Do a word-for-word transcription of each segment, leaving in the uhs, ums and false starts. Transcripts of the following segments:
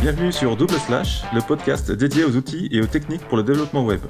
Bienvenue sur Double Slash, le podcast dédié aux outils et aux techniques pour le développement web.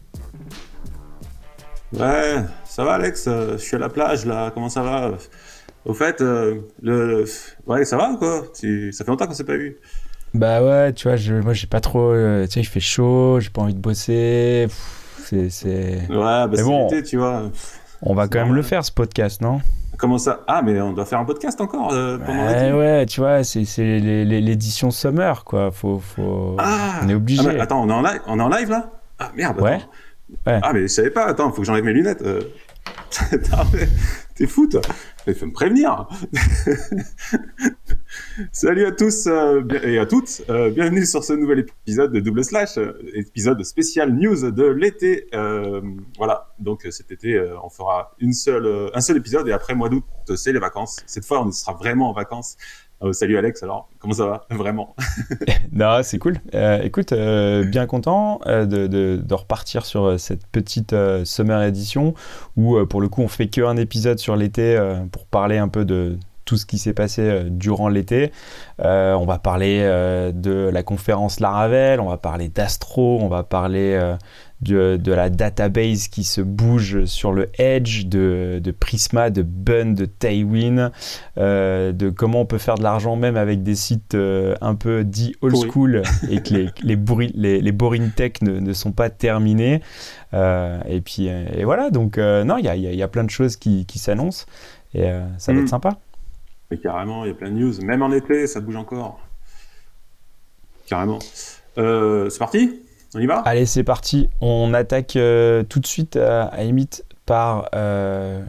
Ouais, ça va Alex, euh, je suis à la plage là, comment ça va? Au fait, euh, le... ouais, ça va quoi? Tu... Ça fait longtemps qu'on s'est pas vu. Bah ouais, tu vois, je, moi j'ai pas trop. euh, tu sais, il fait chaud, j'ai pas envie de bosser. pff, c'est, c'est... Ouais, bah Mais c'est bon, l'été, tu vois. on va C'est quand même le normal. faire ce podcast, non? Comment ça? Ah, mais on doit faire un podcast encore euh, pendant Ouais, l'été. ouais, tu vois, c'est, c'est les- les- l'édition summer, quoi. Faut, faut... On est Ah! Ah, mais obligé. attends, on est en live, on est en live là? Ah merde, Ouais, attends. ouais. Ah, mais je savais pas, attends, faut que j'enlève mes lunettes. euh. Attends, mais t'es fou toi. Il faut me prévenir. Salut à tous euh, bien- et à toutes, euh, bienvenue sur ce nouvel épisode de Double Slash, euh, épisode spécial news de l'été. Euh, voilà, donc euh, cet été, euh, on fera une seule, euh, un seul épisode et après mois d'août, c'est les vacances. Cette fois, on sera vraiment en vacances. Euh, salut Alex, alors, comment ça va? Vraiment. Non, c'est cool. Euh, écoute, euh, bien content euh, de, de, de repartir sur euh, cette petite euh, summer edition où, euh, pour le coup, on fait qu'un épisode sur l'été euh, pour parler un peu de tout ce qui s'est passé euh, durant l'été. Euh, on va parler euh, de la conférence Laravel, on va parler d'Astro, on va parler euh, de, de la database qui se bouge sur le Edge, de, de Prisma, de Bun, de Tailwind, euh, de comment on peut faire de l'argent même avec des sites euh, un peu dits old Pourri. school et que les, les, bourri- les, les boring tech ne, ne sont pas terminés. Euh, et puis euh, et voilà, donc euh, non, il y a, y a- y a plein de choses qui, qui s'annoncent et euh, ça va Hmm. être sympa. Mais carrément, il y a plein de news. Même en été, ça bouge encore. Carrément. Euh, c'est parti? On y va? Allez, c'est parti. On attaque euh, tout de suite à, à limite par euh,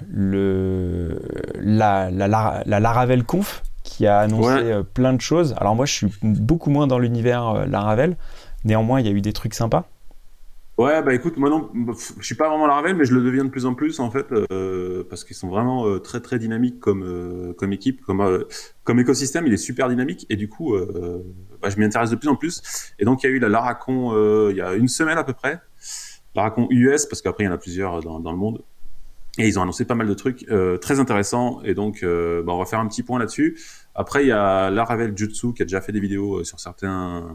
le, la, la, la, la Laravel Conf qui a annoncé Ouais. euh, plein de choses. Alors moi, je suis beaucoup moins dans l'univers euh, Laravel. Néanmoins, il y a eu des trucs sympas. Ouais, bah écoute, moi non, pff, je suis pas vraiment Laravel, mais je le deviens de plus en plus en fait, euh, parce qu'ils sont vraiment euh, très très dynamiques comme euh, comme équipe, comme euh, comme écosystème, il est super dynamique et du coup, euh, bah, je m'y intéresse de plus en plus. Et donc il y a eu la Laracon euh, il y a une semaine à peu près, Laracon U S parce qu'après il y en a plusieurs dans dans le monde et ils ont annoncé pas mal de trucs euh, très intéressants et donc euh, bah, on va faire un petit point là-dessus. Après il y a Laravel Jutsu qui a déjà fait des vidéos euh, sur certains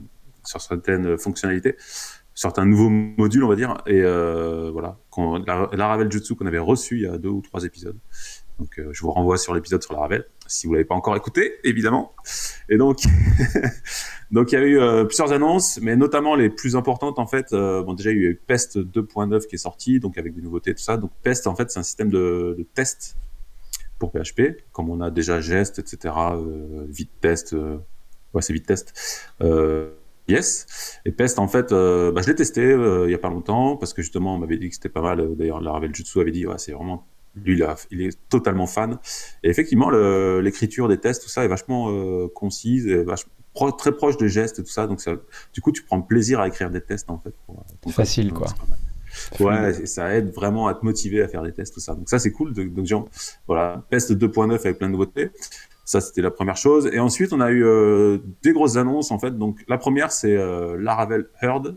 sur certaines fonctionnalités, certains nouveaux modules, on va dire, et euh, voilà, qu'on, la, Laravel Jutsu qu'on avait reçu il y a deux ou trois épisodes. Donc, euh, je vous renvoie sur l'épisode sur Laravel, si vous l'avez pas encore écouté, évidemment. Et donc, donc il y a eu euh, plusieurs annonces, mais notamment les plus importantes en fait. Euh, bon, déjà il y a eu Pest deux point neuf qui est sorti, donc avec des nouveautés tout ça. Donc Pest en fait c'est un système de, de test pour P H P, comme on a déjà Jest, et cetera. Euh, vite test, euh, ouais c'est vite test. Euh, Yes. Et Pest, en fait, euh, bah, je l'ai testé euh, il y a pas longtemps parce que justement, on m'avait dit que c'était pas mal. D'ailleurs, Laravel Jutsu avait dit, ouais, c'est vraiment lui, il, a, il est totalement fan. Et effectivement, le, l'écriture des tests, tout ça est vachement euh, concise, et vachement, pro, très proche de gestes et tout ça. Donc, ça, du coup, tu prends plaisir à écrire des tests en fait. Pour, ton code. Facile, Donc, quoi. c'est pas mal. Ouais, Fluide. et ça aide vraiment à te motiver à faire des tests, tout ça. Donc ça, c'est cool. Donc, genre, voilà, Pest deux point neuf avec plein de nouveautés. Ça, c'était la première chose. Et ensuite, on a eu euh, des grosses annonces, en fait. Donc, la première, c'est euh, Laravel Herd,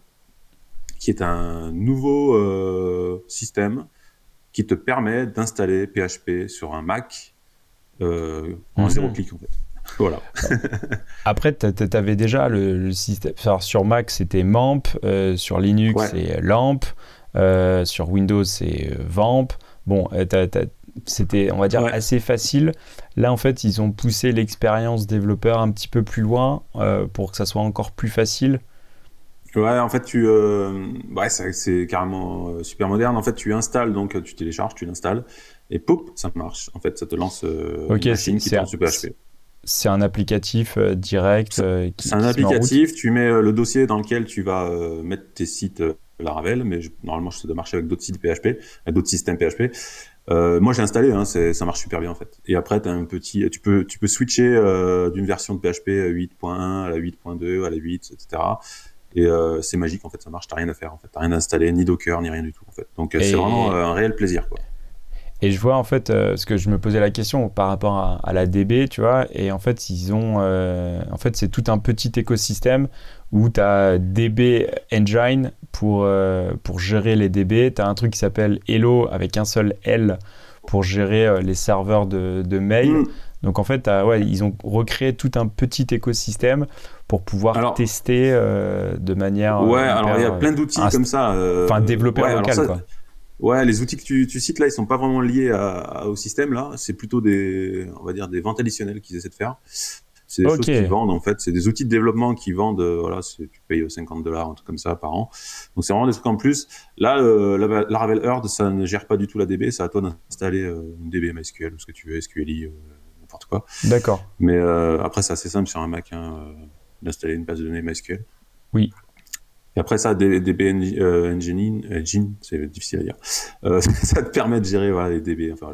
qui est un nouveau euh, système qui te permet d'installer P H P sur un Mac euh, en Mhm. zéro clic, en fait. Voilà. Après, tu avais déjà le, le système. Alors, sur Mac, c'était Mamp. Euh, sur Linux, Ouais. c'est Lamp. Euh, sur Windows, c'est euh, Vamp. Bon, euh, t'as- t'as- c'était, on va dire, Ouais. assez facile. Là, en fait, ils ont poussé l'expérience développeur un petit peu plus loin euh, pour que ça soit encore plus facile. Ouais, en fait, tu, euh, ouais, c'est, c'est carrément euh, super moderne. En fait, tu installes, donc tu télécharges, tu l'installes, et poup, ça marche. En fait, ça te lance euh, Ok, une c'est machine qui c'est tourne un, sur P H P. c'est un applicatif euh, direct C'est euh, c'est qui, un qui se met en route. applicatif, tu mets euh, le dossier dans lequel tu vas euh, mettre tes sites euh, Laravel, mais je- normalement, ça doit marcher avec d'autres sites P H P, avec d'autres systèmes P H P. Euh, moi, j'ai installé, hein, c'est, ça marche super bien en fait. Et après, t'as un petit, tu peux, tu peux switcher euh, d'une version de P H P huit point un à la huit point deux, à la huit, et cetera. Et euh, c'est magique en fait, ça marche, t'as rien à faire en fait, t'as rien à installer, ni Docker, ni rien du tout en fait. Donc euh, c'est vraiment Et, euh, un réel plaisir quoi. Et je vois en fait, euh, parce que je me posais la question par rapport à, à la D B, tu vois, et en fait, ils ont, euh, en fait, c'est tout un petit écosystème où tu as D B Engine pour, euh, pour gérer les D B, tu as un truc qui s'appelle Hello avec un seul L pour gérer euh, les serveurs de, de mail. Mmh. Donc en fait, ouais, ils ont recréé tout un petit écosystème pour pouvoir alors, tester euh, de manière. Ouais, hyper, alors il y a plein d'outils inst- comme ça. Euh, enfin, développeur ouais, local, ça, quoi. Ouais, les outils que tu, tu cites là, ils sont pas vraiment liés à, à, au système là. C'est plutôt des, on va dire, des ventes additionnelles qu'ils essaient de faire. C'est des okay. choses qu'ils vendent en fait. C'est des outils de développement qui vendent. Euh, voilà, c'est, tu payes cinquante dollars, un truc comme ça par an. Donc c'est vraiment des trucs en plus. Là, euh, la, Laravel Herd, ça ne gère pas du tout la D B. C'est à toi d'installer euh, une D B MySQL ou ce que tu veux, S Q L I, euh, n'importe quoi. D'accord. Mais euh, après, c'est assez simple sur un Mac hein, euh, d'installer une base de données MySQL. Oui. Et après ça, D B euh, Engine, Engine, c'est difficile à dire. Euh, ça te permet de gérer voilà, les D B. Enfin, voilà.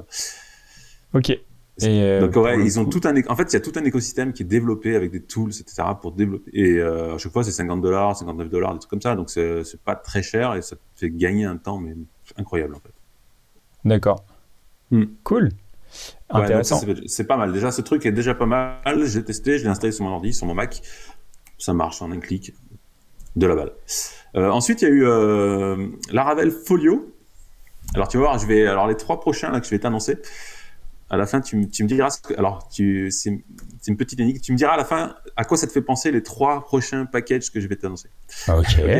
Ok. Et euh, Donc ouais, ils ont coup... tout un. En fait, il y a tout un écosystème qui est développé avec des tools, et cetera, pour développer. Et euh, à chaque fois, c'est cinquante dollars, cinquante-neuf dollars, des trucs comme ça. Donc c'est, c'est pas très cher et ça te fait gagner un temps, mais incroyable en fait. D'accord. Hmm. Cool. Intéressant. Ouais, c'est, c'est pas mal. Déjà, ce truc est déjà pas mal. J'ai testé, je l'ai installé sur mon ordi, sur mon Mac. Ça marche en un clic. De la balle. Euh, ensuite, il y a eu euh, Laravel Folio. Alors, tu vas voir, je vais, alors les trois prochains là que je vais t'annoncer. À la fin, tu, tu me diras. Ce que, alors, tu, c'est, c'est une petite énigme. Tu me diras à la fin à quoi ça te fait penser les trois prochains packages que je vais t'annoncer. Ok. okay.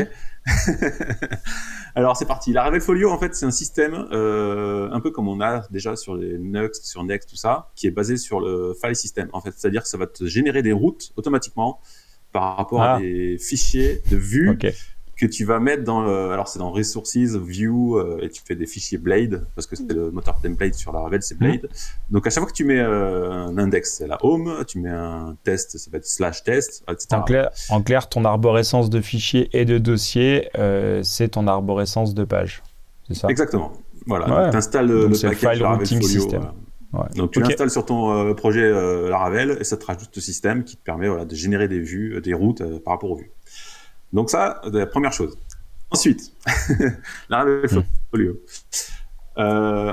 Alors, c'est parti. Laravel Folio, en fait, c'est un système euh, un peu comme on a déjà sur les Next, sur Next, tout ça, qui est basé sur le file system. En fait, c'est-à-dire que ça va te générer des routes automatiquement. Par rapport ah. à des fichiers de vue okay. que tu vas mettre dans le, alors c'est dans Resources, View, euh, et tu fais des fichiers Blade, parce que c'est le moteur template sur Laravel, c'est Blade. Mmh. Donc à chaque fois que tu mets euh, un index, c'est la home, tu mets un test, ça va être slash test, et cetera. En clair, en clair ton arborescence de fichiers et de dossiers, euh, c'est ton arborescence de pages, c'est ça? Exactement. Voilà, ouais. Tu installes le, le package Laravel Folio. System. Voilà. Ouais. Donc tu okay. l'installes sur ton euh, projet euh, Laravel et ça te rajoute ce système qui te permet voilà, de générer des vues, euh, des routes euh, par rapport aux vues. Donc ça, la première chose. Ensuite, Laravel Folio. Mmh. Euh,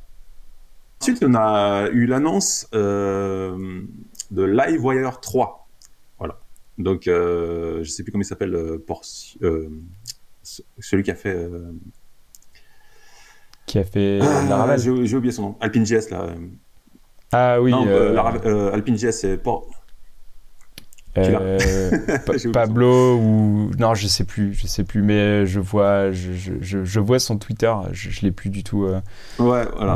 ensuite, on a eu l'annonce euh, de Livewire trois. Voilà. Donc euh, je ne sais plus comment il s'appelle, euh, pour, euh, celui qui a fait... Euh, Qui a fait ah, Laravel. J'ai, j'ai oublié son nom. AlpineJS, là. Ah oui. Non, euh... Laravel, euh, AlpineJS, c'est pas... Euh, Pablo ou... Non, je sais plus, je sais plus, mais je vois, je, je, je vois son Twitter, je, je l'ai plus du tout. Euh... Ouais, voilà.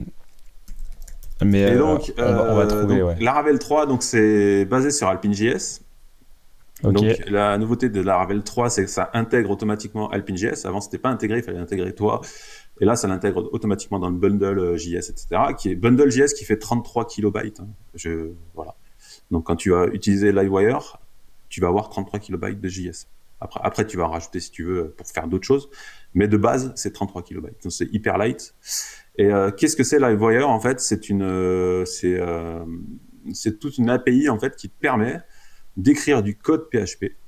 Mais, mais Et euh, donc, on, va, on va trouver, donc, ouais. Laravel trois, donc c'est basé sur AlpineJS. Okay. Donc la nouveauté de Laravel trois, c'est que ça intègre automatiquement AlpineJS. Avant, c'était pas intégré, il fallait intégrer toi. Et là, ça l'intègre automatiquement dans le bundle J S, et cetera. Qui est bundle J S qui fait trente-trois kilobytes. Hein. Je, voilà. Donc quand tu vas utiliser Livewire, tu vas avoir trente-trois kilobytes de J S. Après, après, tu vas en rajouter si tu veux pour faire d'autres choses. Mais de base, c'est trente-trois kilobytes. Donc c'est hyper light. Et euh, qu'est-ce que c'est Livewire? En fait, c'est une, euh, c'est, euh, c'est toute une A P I en fait qui te permet d'écrire du code P H P.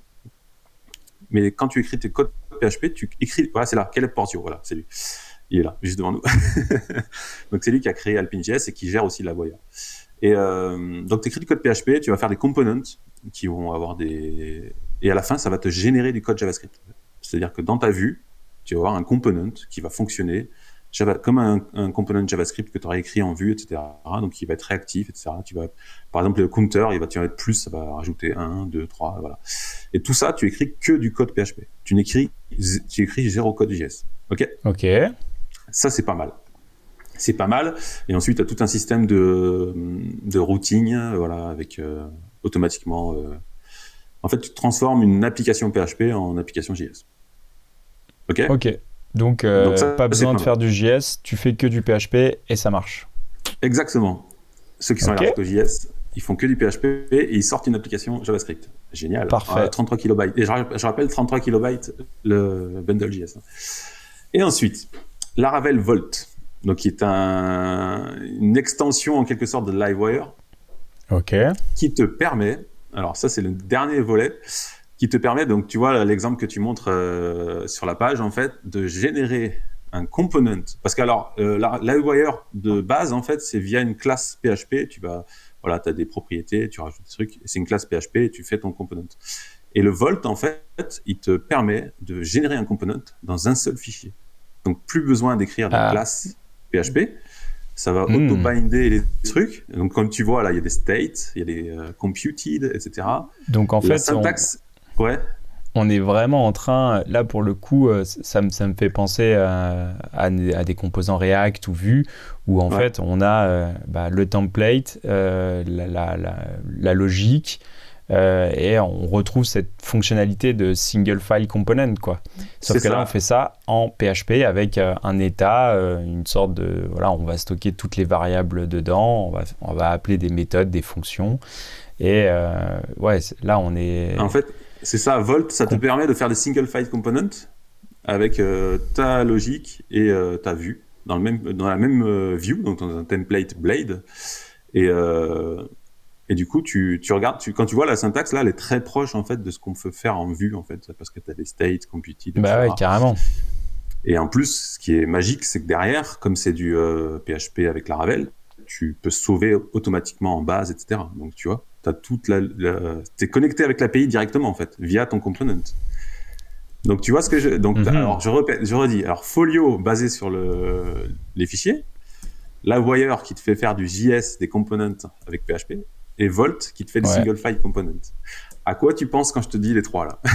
Mais quand tu écris tes codes P H P, tu écris, voilà, c'est là, Caleb Portio, voilà, c'est lui. Il est là, juste devant nous. Donc c'est lui qui a créé AlpineJS et qui gère aussi Livewire. Et euh, donc tu écris du code P H P, tu vas faire des components qui vont avoir des... Et à la fin, ça va te générer du code JavaScript. C'est-à-dire que dans ta vue, tu vas avoir un component qui va fonctionner Java, comme un, un component JavaScript que tu aurais écrit en vue, et cetera. Donc il va être réactif, et cetera. Tu vas, par exemple, le counter, il va tu vas mettre plus, ça va rajouter un, deux, trois, voilà. Et tout ça, tu écris que du code P H P. Tu n'écris, tu écris zéro code J S. Ok? Ok. Ça, c'est pas mal. C'est pas mal. Et ensuite, tu as tout un système de, de routing, voilà, avec euh, automatiquement. Euh, en fait, tu transformes une application P H P en application J S. Ok. Ok. Donc, euh, Donc ça, pas besoin de faire du J S, tu fais que du P H P et ça marche. Exactement. Ceux qui sont okay. allergiques au J S, ils font que du P H P et ils sortent une application JavaScript. Génial. Parfait. Euh, trente-trois kilobytes. Et je, je rappelle, trente-trois kilobytes le bundle J S. Et ensuite, Laravel Volt, donc qui est un, une extension en quelque sorte de Livewire, okay. qui te permet, alors ça c'est le dernier volet, qui te permet, donc tu vois l'exemple que tu montres euh, sur la page, en fait, de générer un component. Parce que alors, euh, la, Livewire de base, en fait, c'est via une classe P H P. Tu vas, voilà, tu as des propriétés, tu rajoutes des trucs, et c'est une classe P H P et tu fais ton component. Et le Volt, en fait, il te permet de générer un component dans un seul fichier. Donc, plus besoin d'écrire des ah. classes P H P. ça va Mm. auto-binder les trucs. Donc, comme tu vois, là, il y a des states, il y a des euh, computed, et cetera. Donc en La fait, syntaxe, on, ouais. on est vraiment en train, là pour le coup, euh, ça, me, ça me fait penser à, à, à des composants React ou Vue, où en Ouais. fait on a euh, bah, le template, euh, la, la, la, la logique, euh, et on retrouve cette fonctionnalité de single file component, quoi. Sauf C'est que là ça. on fait ça en P H P avec euh, un état, euh, une sorte de, voilà, on va stocker toutes les variables dedans, on va, on va appeler des méthodes, des fonctions, et euh, ouais, c'est- là on est... En fait, c'est ça. Volt, ça te Com- permet de faire des single file components avec euh, ta logique et euh, ta vue dans, le même, dans la même euh, view, donc dans un template Blade. Et, euh, et du coup, tu, tu regardes, tu, quand tu vois la syntaxe, là, elle est très proche en fait de ce qu'on peut faire en vue, en fait, parce que tu as des states, computed, et cetera. Bah ouais, carrément. Et en plus, ce qui est magique, c'est que derrière, comme c'est du euh, P H P avec Laravel, tu peux sauver automatiquement en base, et cetera. Donc, tu vois, t'as toute la, la... t'es connecté avec l'A P I directement, en fait, via ton component. Donc, tu vois ce que je... Donc, Mhm. alors, je répète, je redis. Alors, Folio, basé sur le... les fichiers. Livewire, qui te fait faire du J S, des components avec P H P. Et Volt, qui te fait des Ouais. single file components. À quoi tu penses quand je te dis les trois, là?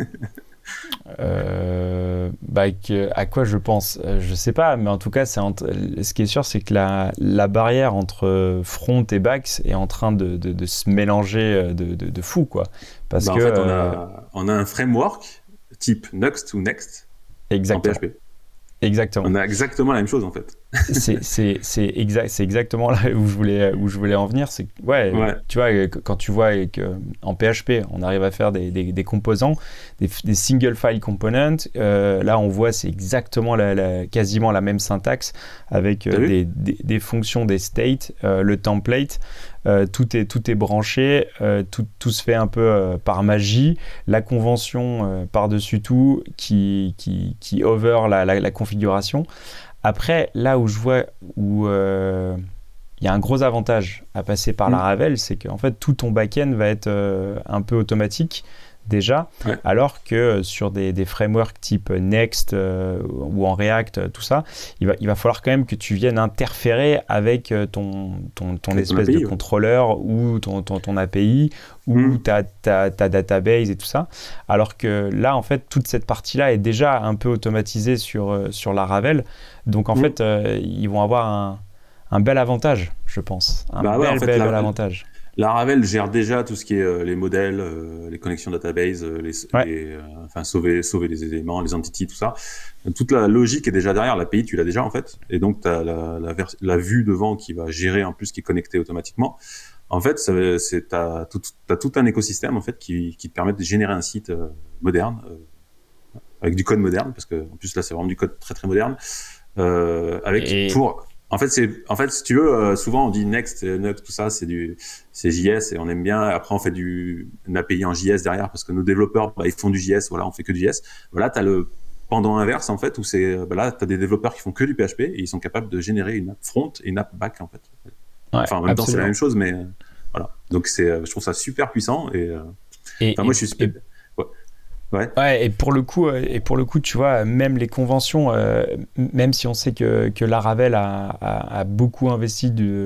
Euh, bah, que- à quoi je pense Euh, Je sais pas, mais en tout cas, c'est entre- ce qui est sûr, c'est que la, la barrière entre front et back est en train de, de, de se mélanger de, de, de fou, quoi. Parce Bah, que en fait, on euh, a, on a un framework type Next ou Next en exactement, P H P. exactement. On a exactement la même chose, en fait. c'est c'est c'est exact c'est exactement là où je voulais où je voulais en venir, c'est que, ouais, Ouais. tu vois, que- quand tu vois que en P H P on arrive à faire des, des, des composants, des, des single file components, euh, là on voit c'est exactement la, la, quasiment la même syntaxe avec euh, T'as vu des, des, des fonctions, des states, euh, le template, euh, tout est tout est branché, euh, tout, tout se fait un peu euh, par magie, la convention euh, par dessus tout qui qui qui over la, la, la configuration. Après, là où je vois où euh, il y a un gros avantage à passer par Mm. Laravel, c'est qu'en fait tout ton back-end va être euh, un peu automatique déjà, Ouais. alors que sur des, des frameworks type Next euh, ou en React, euh, tout ça, il va, il va falloir quand même que tu viennes interférer avec euh, ton, ton, ton Avec ton espèce A P I, de ouais. contrôleur ou ton, ton, ton A P I ou Mm. ta, ta, ta database et tout ça. Alors que là, en fait, toute cette partie-là est déjà un peu automatisée sur, euh, sur Laravel. Donc, en Mm. fait, euh, ils vont avoir un, un bel avantage, je pense. Un Bah bel, ouais, en fait, bel, la- bel avantage. Laravel gère déjà tout ce qui est euh, les modèles, euh, les connexions database, euh, les, Ouais. les, euh, enfin sauver, sauver les éléments, les entities, tout ça. Toute la logique est déjà derrière. L'A P I, tu l'as déjà en fait. Et donc, tu as la, la, vers- la vue devant qui va gérer en plus, qui est connectée automatiquement. En fait, ça, c'est, t'as, tout, t'as tout un écosystème en fait qui, qui te permet de générer un site euh, moderne, euh, avec du code moderne, parce que en plus là, c'est vraiment du code très très moderne. Euh, avec Et- pour en fait c'est en fait si tu veux euh, souvent on dit Next euh, Next tout ça c'est du c'est J S et on aime bien. Après on fait du une A P I en J S derrière parce que nos développeurs bah, ils font du J S, voilà, on fait que du J S. Voilà, t'as le pendant inverse en fait où c'est bah, là t'as des développeurs qui font que du P H P et ils sont capables de générer une app front et une app back en fait. Ouais, Enfin en même temps c'est la absolument. même chose mais euh, voilà, donc c'est euh, je trouve ça super puissant et euh, Et, enfin moi et- je suis et- super ouais. Ouais. Ouais, et pour le coup, euh, et pour le coup, tu vois, même les conventions, euh, m- même si on sait que, que Laravel a, a, a beaucoup investi, de,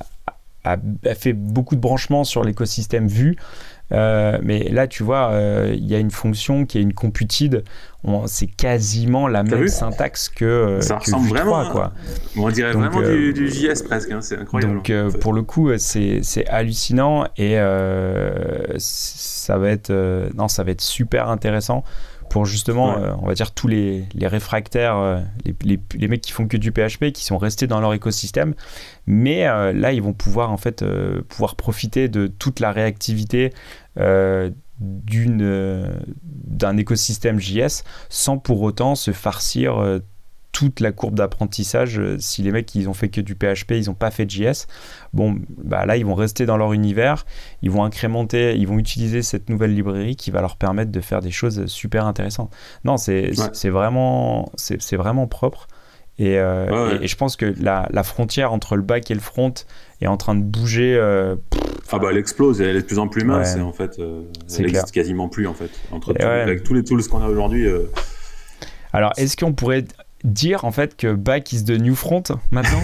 a, a fait beaucoup de branchements sur l'écosystème Vue, euh, mais là, tu vois, euh, il y a une fonction qui est une computed, on- c'est quasiment la même vu syntaxe que, euh, Ça que ressemble Vue vraiment trois, à- quoi. On dirait Donc, vraiment euh, du, du J S presque hein, c'est incroyable. Donc, hein, euh, en fait. pour le coup, c'est, c'est hallucinant et euh, ça va être, euh, non, ça va être super intéressant pour justement, Ouais. euh, on va dire, tous les, les réfractaires, euh, les, les, les mecs qui font que du P H P, qui sont restés dans leur écosystème. Mais euh, là, ils vont pouvoir, en fait, euh, pouvoir profiter de toute la réactivité euh, d'une, euh, d'un écosystème J S sans pour autant se farcir euh, toute la courbe d'apprentissage. euh, Si les mecs ils ont fait que du P H P, ils n'ont pas fait de J S, bon, bah là ils vont rester dans leur univers, ils vont incrémenter, ils vont utiliser cette nouvelle librairie qui va leur permettre de faire des choses super intéressantes. Non, c'est, Ouais. c'est, c'est vraiment, c'est, c'est vraiment propre. Et, euh, Ouais, ouais. et, et je pense que la, la frontière entre le back et le front est en train de bouger. euh, Ah bah elle explose et elle est de plus en plus mince Ouais. et en fait euh, C'est elle clair. existe quasiment plus en fait entre Et tout- ouais. avec tous les tools qu'on a aujourd'hui. euh, Alors, est-ce qu'on pourrait dire en fait que back is the new front maintenant?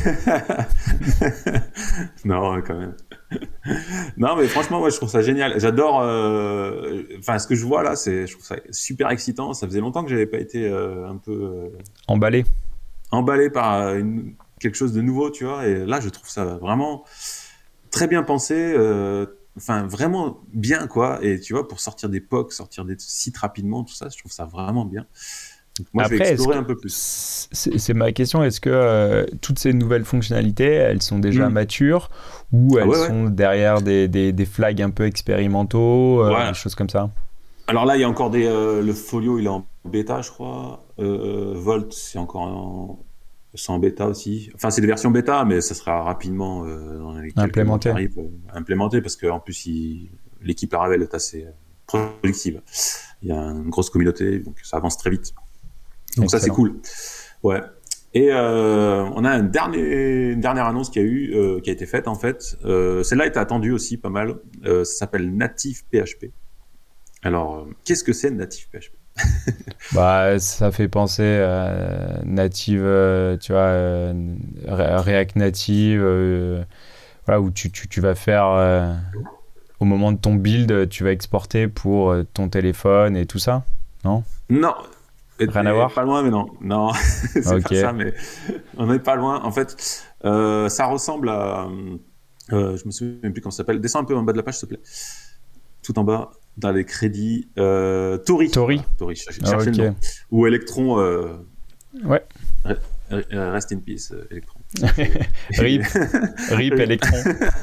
Non, quand même. Non, mais franchement, moi, je trouve ça génial. J'adore. euh, Enfin, ce que je vois là, c'est, je trouve ça super excitant. Ça faisait longtemps que j'avais pas été euh, un peu euh, Emballé. emballé par une- quelque chose de nouveau, tu vois. Et là, je trouve ça vraiment très bien pensé. euh, Enfin, vraiment bien, quoi. Et tu vois, pour sortir des P O C, sortir des sites rapidement, tout ça, je trouve ça vraiment bien. Donc, moi, Après, je vais explorer est-ce un que- peu plus. c'est c'est ma question, est-ce que euh, toutes ces nouvelles fonctionnalités, elles sont déjà Mm. matures ou Ah elles ouais, ouais. sont derrière des, des, des flags un peu expérimentaux, euh, Voilà. des choses comme ça? Alors là, il y a encore des. euh, le Folio, il est en bêta, je crois. Euh, Volt, c'est encore en, c'est en bêta aussi. Enfin, c'est des versions bêta, mais ça sera rapidement euh, dans les quelques mois qui Implémenté. arrivent euh, implémenté parce qu'en plus, il- l'équipe Laravel est assez euh, productive. Il y a une grosse communauté, donc ça avance très vite. Donc ça, c'est Excellent. cool. Ouais. Et euh, on a un dernier, une dernière annonce qui a eu, euh, qui a été faite en fait. Euh, celle-là était attendue aussi pas mal. Euh, ça s'appelle Native P H P. Alors, euh, qu'est-ce que c'est Native P H P? Bah, ça fait penser à Native, euh, tu vois, euh, Re- React Native, euh, voilà, où tu, tu, tu vas faire, euh, au moment de ton build, tu vas exporter pour euh, ton téléphone et tout ça, non? Non. Rien à Et- voir? Pas loin, mais non. Non, c'est Ok. pas ça, mais on n'est pas loin. En fait, euh, ça ressemble à. Euh, je me souviens même plus comment ça s'appelle. Descends un peu en bas de la page, s'il te plaît. Tout en bas, dans les crédits. Euh, Tori. Tori. Voilà, Tori, je Ah, cherchais ok. le nom. Ou Electron. Euh, Ouais. re- re- Rest in peace, euh, Electron. Rip, Rip Electron.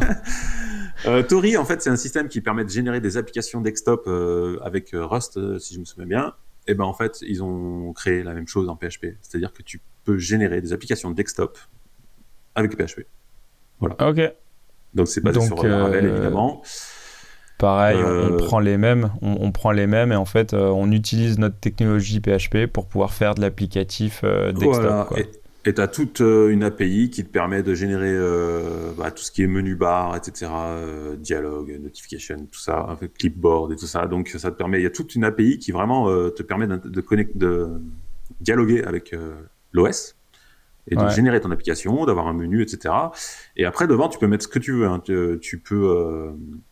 Euh, Tori, en fait, c'est un système qui permet de générer des applications desktop euh, avec euh, Rust, euh, si je me souviens bien. Et ben en fait, ils ont créé la même chose en P H P, c'est-à-dire que tu peux générer des applications desktop avec P H P. Voilà. Ok. Donc c'est basé Donc, sur Laravel, euh, évidemment. Pareil, on- on Euh, prend les mêmes, on, on prend les mêmes et en fait, euh, on utilise notre technologie P H P pour pouvoir faire de l'applicatif euh, desktop, Voilà. quoi. Et tu as toute euh, une A P I qui te permet de générer euh, bah, tout ce qui est menu bar, et cetera, euh, dialogue, notification, tout ça, avec clipboard et tout ça. Donc ça te permet, il y a toute une A P I qui vraiment euh, te permet de, de, connect, de dialoguer avec euh, l'O S et de Ouais. générer ton application, d'avoir un menu, et cetera. Et après, devant, tu peux mettre ce que tu veux. Hein. Tu, tu peux... Euh,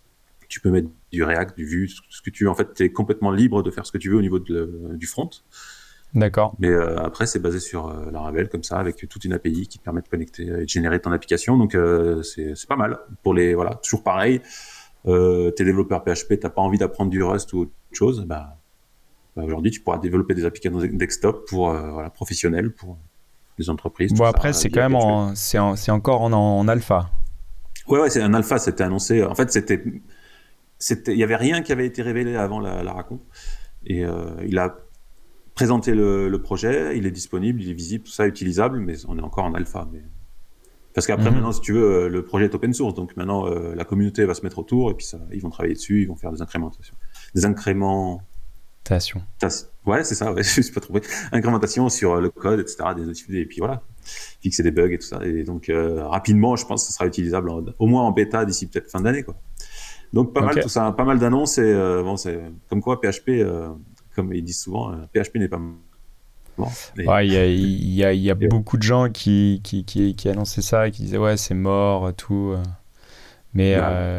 tu peux mettre du React, du Vue, ce que tu veux. En fait, tu es complètement libre de faire ce que tu veux au niveau de le, du front. D'accord. Mais euh, après, c'est basé sur euh, Laravel, comme ça, avec toute une A P I qui te permet de connecter et de générer ton application. Donc, euh, c'est, c'est pas mal. Pour les, voilà, toujours pareil. Euh, t'es développeur P H P, t'as pas envie d'apprendre du Rust ou autre chose, bah, bah aujourd'hui, tu pourras développer des applications desktop pour, euh, voilà, professionnels, pour des entreprises. Bon, tout après, ça, c'est via quand même P H P. en, c'est, en- c'est encore en, en alpha. Ouais, ouais, c'est un alpha, c'était annoncé. En fait, c'était, c'était, il y avait rien qui avait été révélé avant la, la Racon. Et euh, il a présenté le, le projet, il est disponible, il est visible, tout ça, utilisable, mais on est encore en alpha. Mais... Parce qu'après, Mhm. maintenant, si tu veux, le projet est open source, donc maintenant, euh, la communauté va se mettre autour, et puis ça, ils vont travailler dessus, ils vont faire des incrémentations. Des incréments... Station. Ouais, c'est ça, ouais, je suis pas trouvé. Incrémentation sur le code, et cetera, des notifications, et puis voilà, fixer des bugs et tout ça. Et donc, euh, rapidement, je pense que ça sera utilisable en- au moins en bêta d'ici peut-être fin d'année, quoi. Donc, pas Ok. mal, tout ça, pas mal d'annonces, et euh, bon, c'est comme quoi P H P, euh, comme ils disent souvent, euh, P H P n'est pas mort. Mais- Ouais, il y a, il y a, il y a Et- beaucoup de gens qui, qui, qui, qui annonçaient ça et qui disaient ouais, c'est mort, tout. euh. Mais Ouais. euh,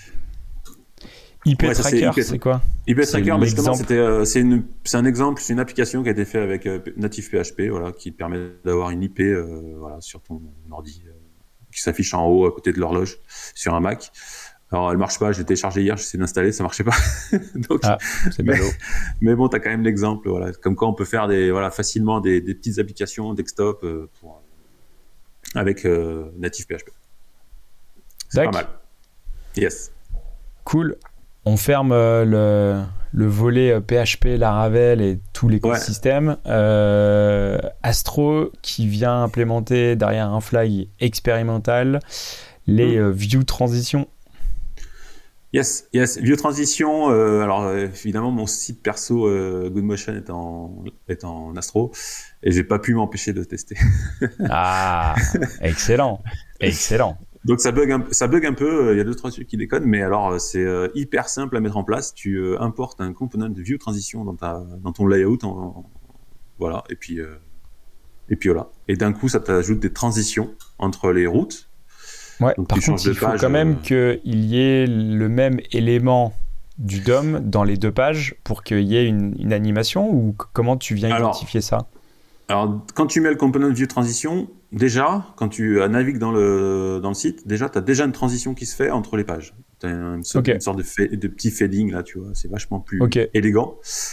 I P Ouais, ça, c'est Tracker, I P c'est quoi? I P C'est Tracker, mais justement, l'exemple. c'était, euh, c'est, une, c'est un exemple, c'est une application qui a été faite avec euh, Native P H P, voilà, qui te permet d'avoir une I P euh, voilà, sur ton ordi, euh, qui s'affiche en haut à côté de l'horloge sur un Mac. Alors, elle marche pas, je l'ai téléchargé hier, j'essaie d'installer, ça marchait pas. Donc, Ah, c'est mais, ballot. mais bon, t'as quand même l'exemple, voilà, comme quoi on peut faire des, voilà, facilement des, des petites applications desktop euh, pour, avec euh, Native P H P. C'est Dac. pas mal. Yes. Cool. On ferme euh, le, le volet euh, P H P, Laravel et tout l'écosystème. Euh, Astro qui vient implémenter derrière un flag expérimental les Mm. euh, view transitions. Yes, yes. View transition. Euh, alors euh, évidemment, mon site perso euh, Goodmotion est en est en Astro et j'ai pas pu m'empêcher de tester. Ah, excellent, excellent. Donc ça bug un, ça bug un peu. Il y a deux trois trucs qui déconnent, mais alors euh, c'est euh, hyper simple à mettre en place. Tu euh, importes un component de view transition dans ta dans ton layout, en, en- voilà. Et puis euh, Et puis voilà. Et d'un coup, ça t'ajoute des transitions entre les routes. Ouais, Donc, par tu contre, changes de il faut page, quand même euh, qu'il y ait le même élément du D O M dans les deux pages pour qu'il y ait une, une animation, ou c- comment tu viens Alors, identifier ça? alors, quand tu mets le component view transition, déjà, quand tu euh, navigues dans le, dans le site, déjà, tu as déjà une transition qui se fait entre les pages. Tu as une, sorte- Ok. une sorte de, fa- de petit fading, là, tu vois. C'est vachement plus Ok. élégant.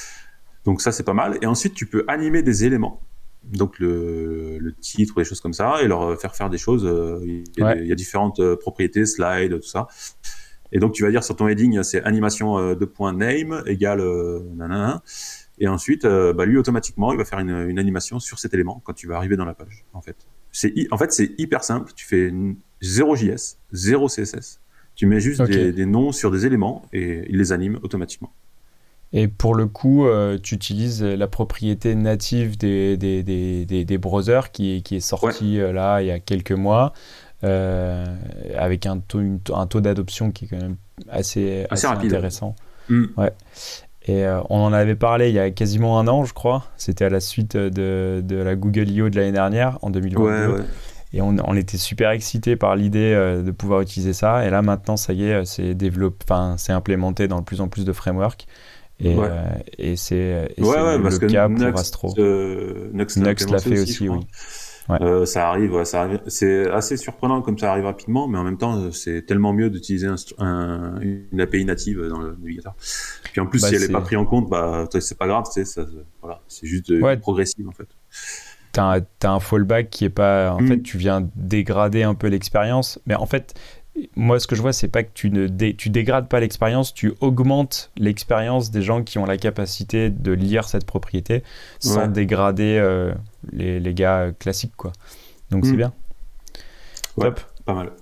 Donc ça, c'est pas mal. Et ensuite, tu peux animer des éléments. Donc le, le titre ou des choses comme ça, et leur faire faire des choses. euh, Il y, a Ouais. des- il y a différentes euh, propriétés, slides, tout ça. Et donc tu vas dire sur ton heading, c'est animation euh, de point name égale euh, nanana. Et ensuite, euh, bah, lui automatiquement, il va faire une, une animation sur cet élément quand tu vas arriver dans la page. En fait, c'est hi- en fait c'est hyper simple. Tu fais une- zéro J S, zéro C S S. Tu mets juste Ok. des, des noms sur des éléments et il les anime automatiquement. Et pour le coup, euh, tu utilises la propriété native des, des, des, des, des browsers qui, qui est sortie euh, là il y a quelques mois, euh, avec un taux, une- un taux d'adoption qui est quand même assez, Assez assez rapide. intéressant. Mm. Ouais. Et euh, on en avait parlé il y a quasiment un an, je crois. C'était à la suite de, de la Google I O de l'année dernière, en deux mille vingt-deux. Ouais, ouais. Et on, on était super excités par l'idée euh, de pouvoir utiliser ça. Et là, maintenant, ça y est, c'est développé, enfin, c'est implémenté dans de plus en plus de frameworks. Et, Ouais. euh, et c'est, et Ouais, c'est ouais, le, parce le que cas pour Nuxt, Astro. euh, Nuxt l'a Nuxt l'a implémenté fait aussi, aussi, je crois. oui. Ouais. Euh, ça arrive, ouais, ça arrive. C'est assez surprenant comme ça arrive rapidement, mais en même temps, c'est tellement mieux d'utiliser un, un, une A P I native dans le navigateur. Puis en plus, Bah, si elle n'est c'est- pas prise en compte, bah, c'est pas grave, tu sais, ça, voilà, c'est juste euh, Ouais. progressif en fait. T'as un, t'as un fallback qui est pas. En Mm. fait, tu viens dégrader un peu l'expérience. Mais en fait, moi, ce que je vois, c'est pas que tu ne dé- tu dégrades pas l'expérience, tu augmentes l'expérience des gens qui ont la capacité de lire cette propriété sans Ouais. dégrader euh, les, les gars classiques, quoi. Donc, Mm. c'est bien. Ouais, Top. pas mal.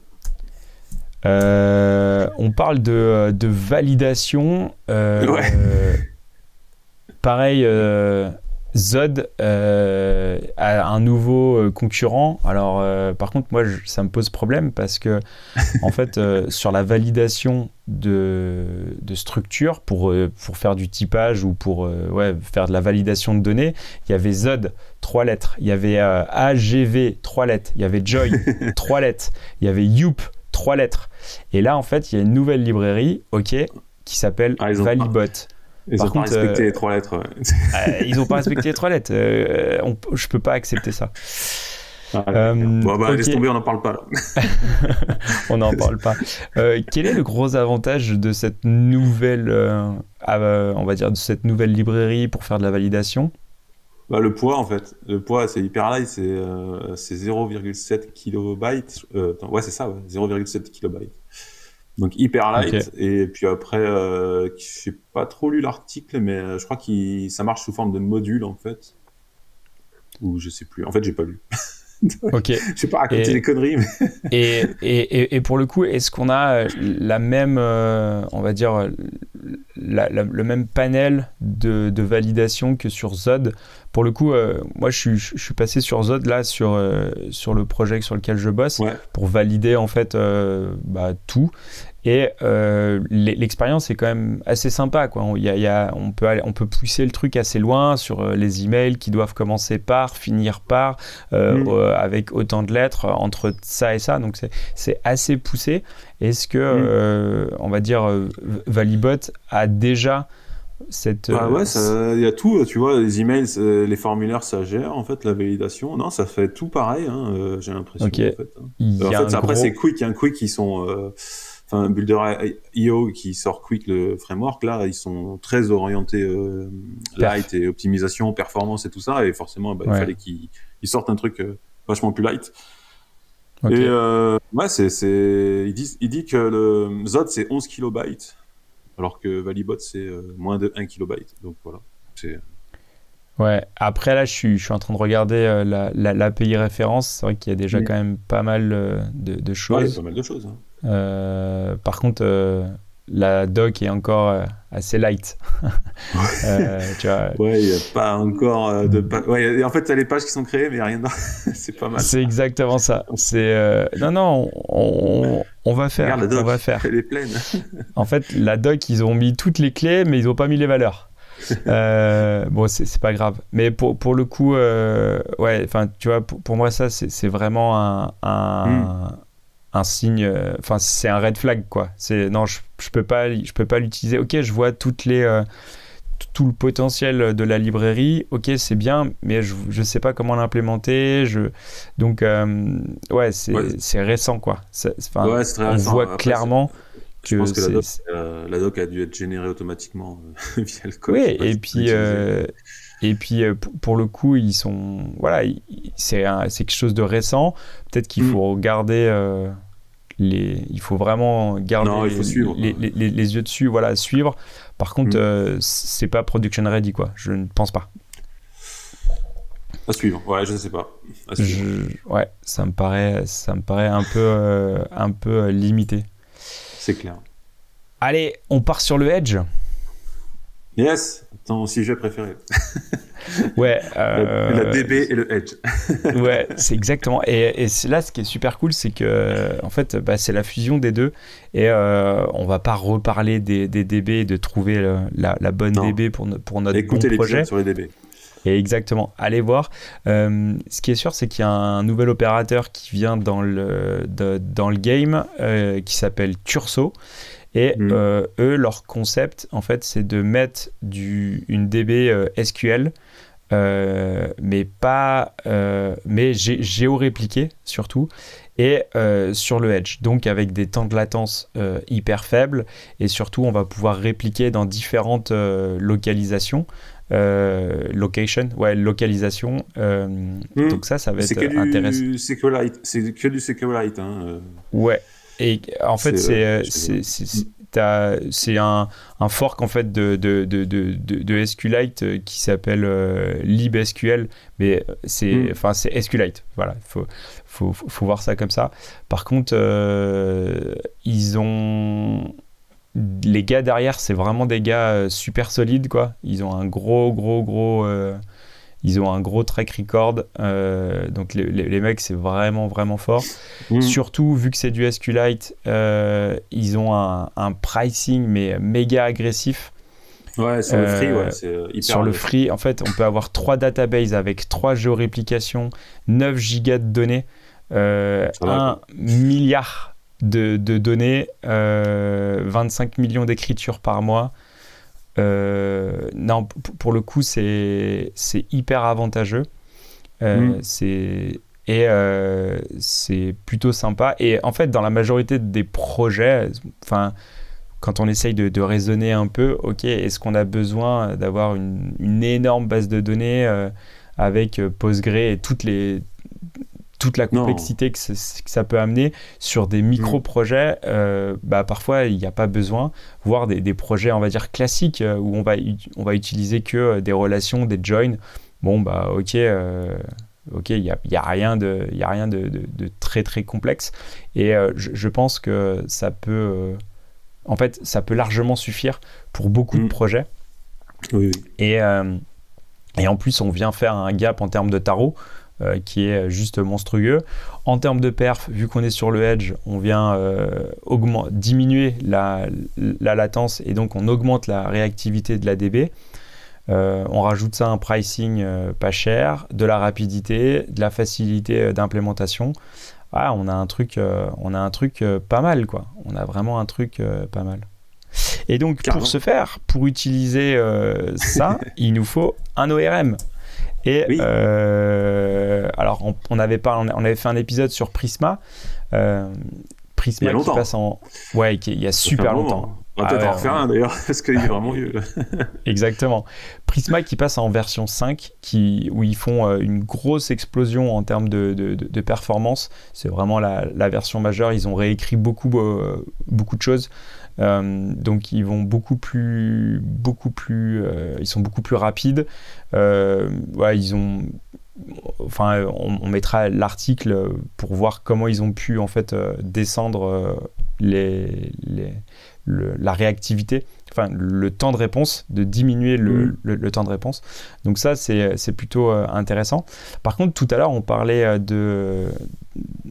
Euh, on parle de, de validation. Euh, Ouais. Pareil, euh, Zod euh, a un nouveau euh, concurrent. Alors, euh, par contre, moi, je- ça me pose problème parce que, en fait, euh, sur la validation de, de structure pour, euh, pour faire du typage ou pour euh, ouais, faire de la validation de données, il y avait Zod, trois lettres. Il y avait euh, A G V, trois lettres. Il y avait Joy, trois lettres. Il y avait Youp, trois lettres. Et là, en fait, il y a une nouvelle librairie, ok, qui s'appelle Ah, ils ont pas- Valibot. Ils Par ont pas contre, respecté euh, les trois lettres. Ouais. Euh, ils n'ont pas respecté les trois lettres. Euh, on, je peux pas accepter ça. Ah, Euh, bon, bah, ok. laisse tomber, on n'en parle pas là. On n'en parle pas. Euh, quel est le gros avantage de cette nouvelle, euh, euh, on va dire, de cette nouvelle librairie pour faire de la validation? Bah, le poids, en fait. Le poids, c'est hyper light, c'est euh, c'est zéro virgule sept kilobytes. Euh, attends, ouais, c'est ça, ouais, zéro virgule sept kilobytes. Donc hyper light. Ok. Et puis après, euh, je n'ai pas trop lu l'article, mais euh, je crois que ça marche sous forme de module, en fait. Ou je sais plus. En fait, j'ai pas lu. Ok. Je sais pas raconter Et- des conneries, mais... Et, et, et, et pour le coup, est-ce qu'on a euh, la même, euh, on va dire, euh, la- la- le même panel de, de validation que sur Zod? Pour le coup, euh, moi, je suis, je suis passé sur Zod, là, sur, euh, sur le projet sur lequel je bosse, Ouais. pour valider, en fait, euh, bah, tout. Et euh, l'e- l'expérience est quand même assez sympa, quoi. On, y a, il y a, on, peut aller, on peut pousser le truc assez loin sur euh, les emails qui doivent commencer par, finir par, euh, Mm. euh, avec autant de lettres, euh, entre ça et ça. Donc, c'est, c'est assez poussé. Est-ce que, Mm. euh, on va dire, euh, Valibot a déjà cette... Bah euh, ouais, ça- il y a tout, tu vois, les emails, c'est- les formulaires, ça gère, en fait, la validation. Non, ça fait tout pareil, hein, euh, j'ai l'impression, Ok. en fait. hein. il y Euh, en a fait, un c'est- après, gros- c'est Quick, hein, Quick, ils sont... euh, Enfin, Builder I O qui sort Quick, le framework, là, ils sont très orientés euh, light et optimisation, performance et tout ça, et forcément, bah, il Ouais. fallait qu'ils ils sortent un truc euh, vachement plus light. Ok. Et euh, ouais, c'est, c'est... Il, dit, il dit que le Zod, c'est onze kilobytes, alors que Valibot, c'est euh, moins de un kilobyte. Donc voilà, c'est... Ouais, après là, je suis, je suis en train de regarder euh, la, la, l'A P I référence. C'est vrai qu'il y a déjà Mm. quand même pas mal euh, de, de Ouais, il y a choses. pas mal de choses. Hein. Euh, par contre, euh, la doc est encore euh, assez light. Euh, tu vois, Ouais, il n'y a pas encore euh, de... Pa... Ouais, et en fait, tu as les pages qui sont créées, mais il n'y a rien dedans. C'est pas mal. c'est exactement ça. C'est euh, non, non, on, on, on va faire. Regarde la doc, On va faire. elle est pleine. En fait, la doc, ils ont mis toutes les clés, mais ils n'ont pas mis les valeurs. euh, bon, c'est, c'est pas grave. Mais pour, pour le coup, euh, ouais, enfin, tu vois, pour, pour moi, ça, c'est, c'est vraiment un, un, mm. un signe. Enfin, c'est un red flag, quoi. C'est non, je, je peux pas, je peux pas l'utiliser. Ok, je vois toutes les, euh, tout le potentiel de la librairie. Ok, c'est bien, mais je, je sais pas comment l'implémenter. Je, donc, euh, ouais, c'est, ouais. c'est récent, quoi. C'est, ouais, c'est très on récent. voit Après, clairement. Je pense que la doc, euh, la doc a dû être générée automatiquement euh, via le code. Oui, et puis, euh, et puis euh, pour le coup, ils sont, voilà, ils, c'est, un, c'est quelque chose de récent. Peut-être qu'il mm. faut garder euh, les, il faut vraiment garder non, il faut les, suivre, les, les, les, les yeux dessus, voilà, suivre. Par contre, mm. euh, c'est pas production ready, quoi. Je ne pense pas. À suivre, ouais, je ne sais pas. À suivre. Je, ouais, ça me paraît, ça me paraît un peu, euh, un peu limité. C'est clair. Allez, on part sur le Edge. Yes, ton sujet préféré. Ouais. Euh... La, la D B et le Edge. Ouais, c'est exactement. Et, et c'est là, ce qui est super cool, c'est que, en fait, bah, c'est la fusion des deux. Et euh, on va pas reparler des, des D B et de trouver le, la, la bonne non. D B pour, no, pour notre Écoutez bon projet. sur les D B. Et exactement, allez voir. Euh, ce qui est sûr, c'est qu'il y a un nouvel opérateur qui vient dans le, de, dans le game euh, qui s'appelle Turso. Et mmh. euh, eux, leur concept, en fait, c'est de mettre du, une D B euh, S Q L, euh, mais pas, euh, mais gé- géorépliquée surtout, et euh, sur le Edge. Donc avec des temps de latence euh, hyper faibles, et surtout, on va pouvoir répliquer dans différentes euh, localisations. Euh, location, ouais, localisation. Euh, mmh. Donc ça, ça va c'est être que intéressant. Du SQLite, c'est que du SQLite. Hein, euh. Ouais. Et en fait, c'est, c'est, c'est, c'est, c'est, c'est un, un fork en fait, de, de, de, de, de SQLite qui s'appelle euh, libSQL, mais c'est, mm. enfin, c'est SQLite. Voilà, il faut, faut, faut voir ça comme ça. Par contre, euh, ils ont... Les gars derrière, c'est vraiment des gars super solides, quoi. Ils ont un gros, gros, gros... Euh... Ils ont un gros track record, euh, donc les, les, les mecs, c'est vraiment, vraiment fort. Mmh. Surtout, vu que c'est du SQLite, euh, ils ont un, un pricing, mais méga agressif. Ouais, sur euh, le free, ouais, c'est hyper Sur agressif. Le free, en fait, on peut avoir trois databases avec trois géoréplications, neuf gigas de données, euh, un milliard de, de données, euh, vingt-cinq millions d'écritures par mois. Euh, non, p- pour le coup, c'est, c'est hyper avantageux. Euh, mmh. c'est, et euh, c'est plutôt sympa. Et en fait, dans la majorité des projets, enfin, quand on essaye de, de raisonner un peu, ok, est-ce qu'on a besoin d'avoir une, une énorme base de données euh, avec Postgre et toutes les toute la complexité que, que ça peut amener sur des micro-projets, euh, bah, parfois il n'y a pas besoin, voire des, des projets on va dire classiques euh, où on va, on va utiliser que des relations, des joins. Bon bah ok, euh, ok, il n'y a, y a rien, de, y a rien de, de, de très très complexe et euh, je, je pense que ça peut, euh, en fait ça peut largement suffire pour beaucoup mmh. de projets. Oui, oui. Et, euh, et en plus on vient faire un gap en termes de tarot. Euh, qui est juste monstrueux. En termes de perf, vu qu'on est sur le Edge, on vient euh, augment- diminuer la, la latence et donc on augmente la réactivité de la D B. Euh, on rajoute ça à un pricing euh, pas cher, de la rapidité, de la facilité d'implémentation. Ah, on a un truc, euh, on a un truc euh, pas mal, quoi. On a vraiment un truc euh, pas mal. Et donc, Carrément. Pour ce faire, pour utiliser euh, ça, il nous faut un O R M. Et oui. euh, alors on, on avait pas, on avait fait un épisode sur Prisma, euh, Prisma qui passe en, ouais, qui, il y a Ça super longtemps. On va peut-être ah, en refaire ouais. un d'ailleurs parce qu'il est vraiment vieux. Exactement. Prisma qui passe en version cinq, qui où ils font euh, une grosse explosion en termes de, de, de, de performance. C'est vraiment la, la version majeure. Ils ont réécrit beaucoup euh, beaucoup de choses. Euh, donc ils vont beaucoup plus, beaucoup plus, euh, ils sont beaucoup plus rapides. Euh, ouais, ils ont, enfin, on, on mettra l'article pour voir comment ils ont pu en fait euh, descendre euh, les, les, le, la réactivité, enfin le temps de réponse, de diminuer le, mmh. le, le temps de réponse. Donc ça c'est, c'est plutôt euh, intéressant. Par contre, tout à l'heure on parlait de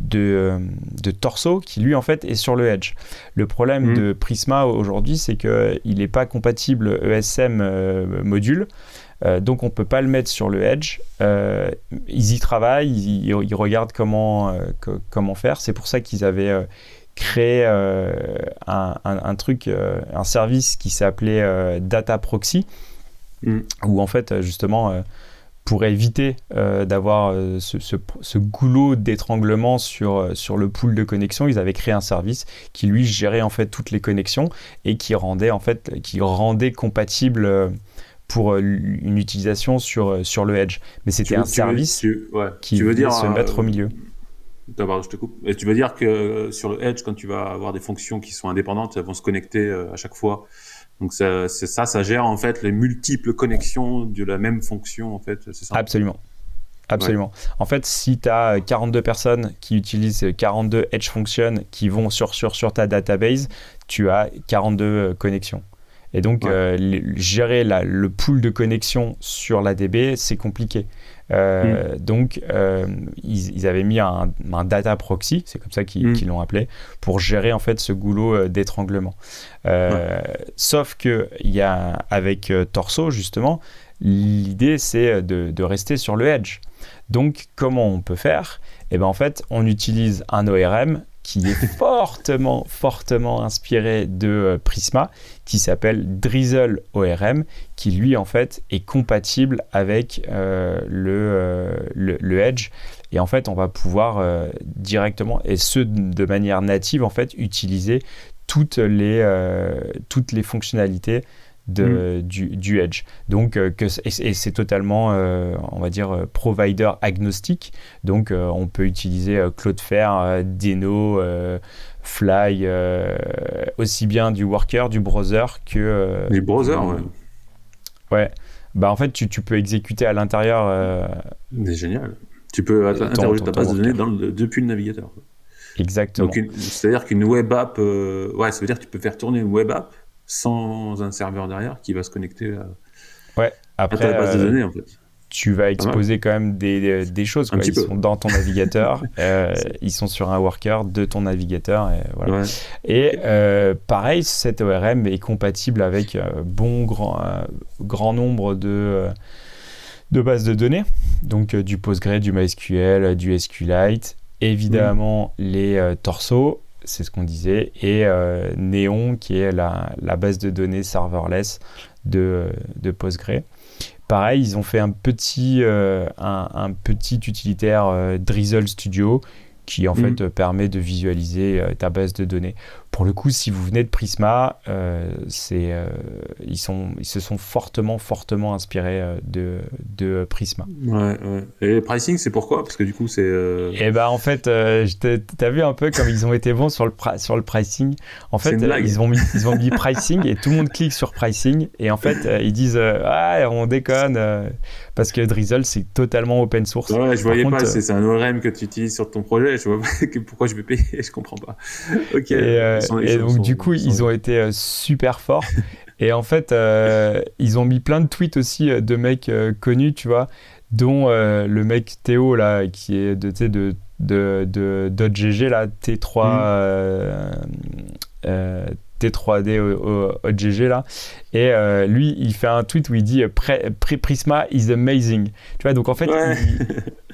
de, de Torso qui lui en fait est sur le Edge. Le problème mmh. de Prisma aujourd'hui, c'est qu'il n'est pas compatible E S M euh, module. Euh, donc on peut pas le mettre sur le Edge. Euh, ils y travaillent, ils, ils regardent comment, euh, que, comment faire. C'est pour ça qu'ils avaient euh, créé euh, un, un, un truc, euh, un service qui s'appelait euh, Data Proxy, mm. où en fait justement euh, pour éviter euh, d'avoir euh, ce, ce, ce goulot d'étranglement sur, sur le pool de connexions, ils avaient créé un service qui lui gérait en fait toutes les connexions et qui rendait en fait qui rendait compatible euh, pour une utilisation sur, sur le Edge. Mais c'était veux, un service veux, tu, ouais. qui tu veux venait dire, se mettre euh, au milieu. D'abord, je te coupe. Et tu veux dire que sur le Edge, quand tu vas avoir des fonctions qui sont indépendantes, elles vont se connecter à chaque fois. Donc ça, c'est ça, ça gère en fait les multiples connexions de la même fonction, en fait, c'est ça? Absolument. Absolument. Ouais. En fait, si tu as quarante-deux personnes qui utilisent quarante-deux Edge Functions qui vont sur, sur, sur ta database, tu as quarante-deux connexions. Et donc, ouais. euh, les, gérer la, le pool de connexions sur l'A D B, c'est compliqué. Euh, mm. Donc, euh, ils, ils avaient mis un, un data proxy, c'est comme ça qu'ils, mm. qu'ils l'ont appelé, pour gérer en fait ce goulot d'étranglement. Euh, ouais. Sauf que il y a avec euh, Torso justement, l'idée c'est de, de rester sur le Edge. Donc, comment on peut faire? Eh ben en fait, on utilise un O R M qui est fortement, fortement inspiré de euh, Prisma, qui s'appelle Drizzle O R M, qui lui, en fait, est compatible avec euh, le, euh, le, le Edge. Et en fait, on va pouvoir euh, directement, et ce, de manière native, en fait, utiliser toutes les, euh, toutes les fonctionnalités De, mmh. du, du Edge. Donc, euh, que, et, et c'est totalement, euh, on va dire, euh, provider agnostique. Donc, euh, on peut utiliser euh, Cloudflare, euh, Deno, euh, Fly, euh, aussi bien du worker, du browser que... Euh, du browser, euh, ouais. Ouais. Bah, en fait, tu, tu peux exécuter à l'intérieur... Euh, c'est génial. Tu peux interroger ta base de données dans le, depuis le navigateur. Exactement. Donc, une, c'est-à-dire qu'une web app... Euh, ouais, ça veut dire que tu peux faire tourner une web app sans un serveur derrière qui va se connecter à, ouais, après, à ta base de données, en fait. Tu vas exposer quand même des, des, des choses. Quoi. Ils peu. sont dans ton navigateur, euh, ils sont sur un worker de ton navigateur. Et, voilà. ouais. et euh, pareil, cet O R M est compatible avec euh, bon grand, euh, grand nombre de, euh, de bases de données. Donc euh, du Postgre, du MySQL, du SQLite, évidemment mmh. les euh, torsos. C'est ce qu'on disait, et euh, Neon qui est la, la base de données serverless de, de Postgre. Pareil, ils ont fait un petit, euh, un, un petit utilitaire euh, Drizzle Studio qui en mmh. fait euh, permet de visualiser euh, ta base de données. Pour le coup, si vous venez de Prisma, euh, c'est, euh, ils, sont, ils se sont fortement, fortement inspirés euh, de, de Prisma. Ouais, ouais. Et le pricing, c'est pourquoi? Parce que du coup, c'est... Euh... Et bah en fait, euh, t'as vu un peu comme ils ont été bons sur le, pra- sur le pricing. En fait, euh, ils, ont mis, ils ont mis pricing et tout le monde clique sur pricing. Et en fait, euh, ils disent euh, « Ah, on déconne euh, !» Parce que Drizzle, c'est totalement open source. Ouais, je voyais contre, pas, c'est, c'est un O R M que tu utilises sur ton projet. Je vois pas pourquoi je vais payer, je comprends pas. Ok. Et, euh, sont, et donc, sont, du coup, ils, ils ont été euh, super forts. Et en fait, euh, ils ont mis plein de tweets aussi euh, de mecs euh, connus, tu vois, dont euh, le mec Théo, là, qui est de, tu sais, de, de, de, de .g g, là, T trois... Mm. Euh, euh, T trois D au, au, au G G là, et euh, lui il fait un tweet où il dit Prisma is amazing, tu vois, donc en fait ouais. il,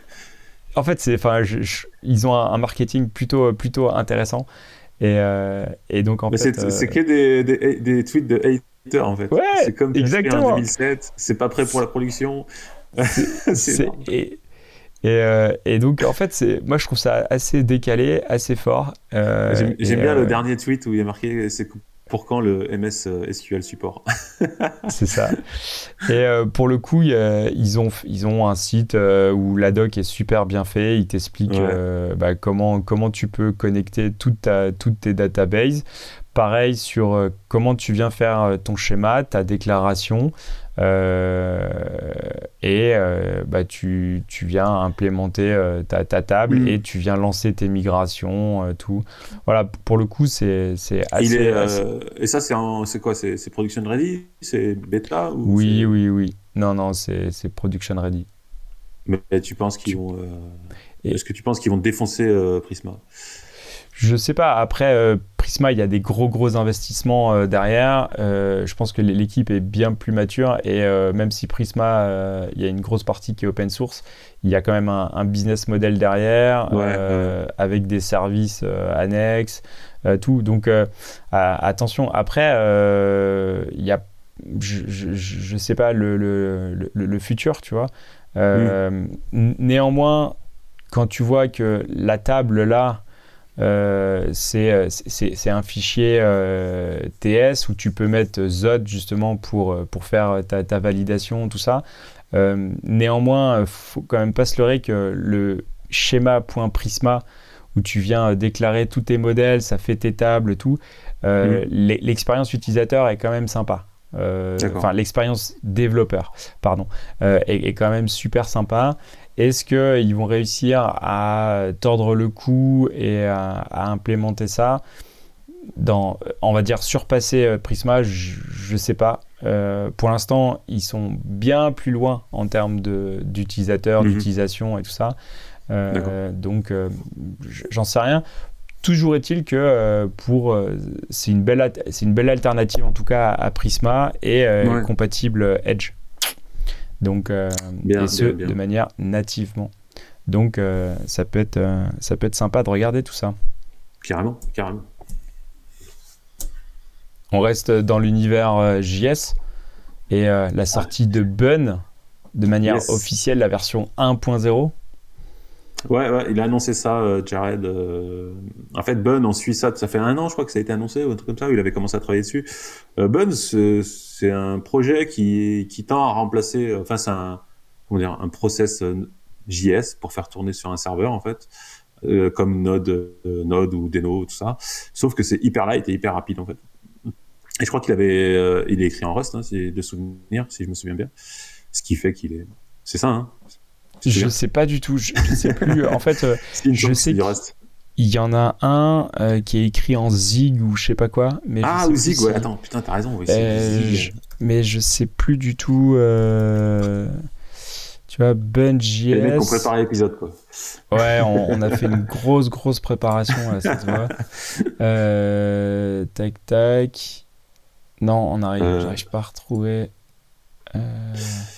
en fait c'est, enfin ils ont un, un marketing plutôt plutôt intéressant, et, euh, et donc en Mais fait c'est, euh... c'est que des, des, des tweets de haters en fait. Ouais, c'est comme exactement. en deux mille sept, c'est pas prêt pour la production. c'est, c'est et, Et, euh, et donc, en fait, c'est, moi, je trouve ça assez décalé, assez fort. Euh, j'aime j'aime et, bien euh, le dernier tweet où il y a marqué c'est pour quand le M S S Q L support. C'est ça. Et euh, pour le coup, y a, ils, ont, ils ont un site euh, où la doc est super bien fait. Ils t'expliquent ouais. euh, bah, comment, comment tu peux connecter toute ta, toutes tes databases. Pareil sur euh, comment tu viens faire ton schéma, ta déclaration. Euh, et euh, bah, tu, tu viens implémenter euh, ta, ta table mmh. et tu viens lancer tes migrations, euh, tout. Voilà, pour le coup, c'est, c'est assez... Il est, euh, assez... Et ça, c'est, en, c'est quoi c'est, c'est production ready? C'est bêta ou Oui, c'est... oui, oui. Non, non, c'est, c'est production ready. Mais tu penses qu'ils Tu- vont. euh, Et Est-ce que tu penses qu'ils vont défoncer euh, Prisma? je sais pas, après euh, Prisma, il y a des gros gros investissements euh, derrière. Euh, je pense que l'équipe est bien plus mature et euh, même si Prisma, euh, il y a une grosse partie qui est open source, il y a quand même un, un business model derrière Ouais, ouais. euh, avec des services euh, annexes, euh, tout. Donc euh, à- attention, après, euh, il y a, je, je, je je sais pas le, le, le, le futur, tu vois. Hmm. Euh, n- néanmoins, quand tu vois que la table là, euh, c'est, c'est, c'est un fichier euh, T S où tu peux mettre Zod justement pour, pour faire ta, ta validation, tout ça. Euh, néanmoins, il ne faut quand même pas se leurrer que le schéma.prisma où tu viens déclarer tous tes modèles, ça fait tes tables, tout, euh, Hmm. l'e- l'expérience utilisateur est quand même sympa. Euh, Enfin, D'accord. l'expérience développeur, pardon, euh, est, est quand même super sympa. Est-ce qu'ils vont réussir à tordre le cou et à, à implémenter ça dans, on va dire, surpasser euh, Prisma? Je ne sais pas. Euh, pour l'instant, ils sont bien plus loin en termes de, d'utilisateurs, Mhm. d'utilisation et tout ça. D'accord. Euh, donc, euh, j- j'en sais rien. Toujours est-il que euh, pour, euh, c'est une belle, at- c'est une belle alternative en tout cas à, à Prisma et euh, Ouais. compatible Edge. Donc, euh, et Bien, ce, bien, de bien. manière nativement. Donc, euh, ça, peut être, euh, ça peut être sympa de regarder tout ça. Carrément, carrément. On reste dans l'univers euh, J S et euh, la Ah, sortie de Bun de manière yes. officielle, la version un point zéro. Ouais, ouais, il a annoncé ça, euh, Jared. euh, En fait, Bun, on suit ça. Ça fait un an, je crois que ça a été annoncé ou un truc comme ça. Où il avait commencé à travailler dessus. Euh, Bun, c'est c'est un projet qui qui tend à remplacer. euh, Enfin, c'est un comment dire, un process euh, J S pour faire tourner sur un serveur en fait, euh, comme Node, euh, Node ou Deno, tout ça. Sauf que c'est hyper light et hyper rapide en fait. Et je crois qu'il avait, euh, il est écrit en Rust, hein, c'est de souvenir, si je me souviens bien. Ce qui fait qu'il est, c'est ça, hein. Tu te Je souviens? sais pas du tout. Je, je sais plus. En fait, euh, Si, il me je semble que c'est sais du qu'il Rust. y en a un euh, qui est écrit en Zig ou je sais pas quoi, mais je Ah, sais ou plus Zig, ouais, si. attends, putain, t'as raison, oui, c'est du Euh, Zig. je- mais je sais plus du tout. euh, Tu vois, Et les mecs qui ont Bun.js. préparé l'épisode, quoi. Ouais, on, on a fait une grosse, grosse préparation, là, ça se voit. Euh, tac, tac. Non, on arrive, Euh... j'arrive pas à retrouver. Euh,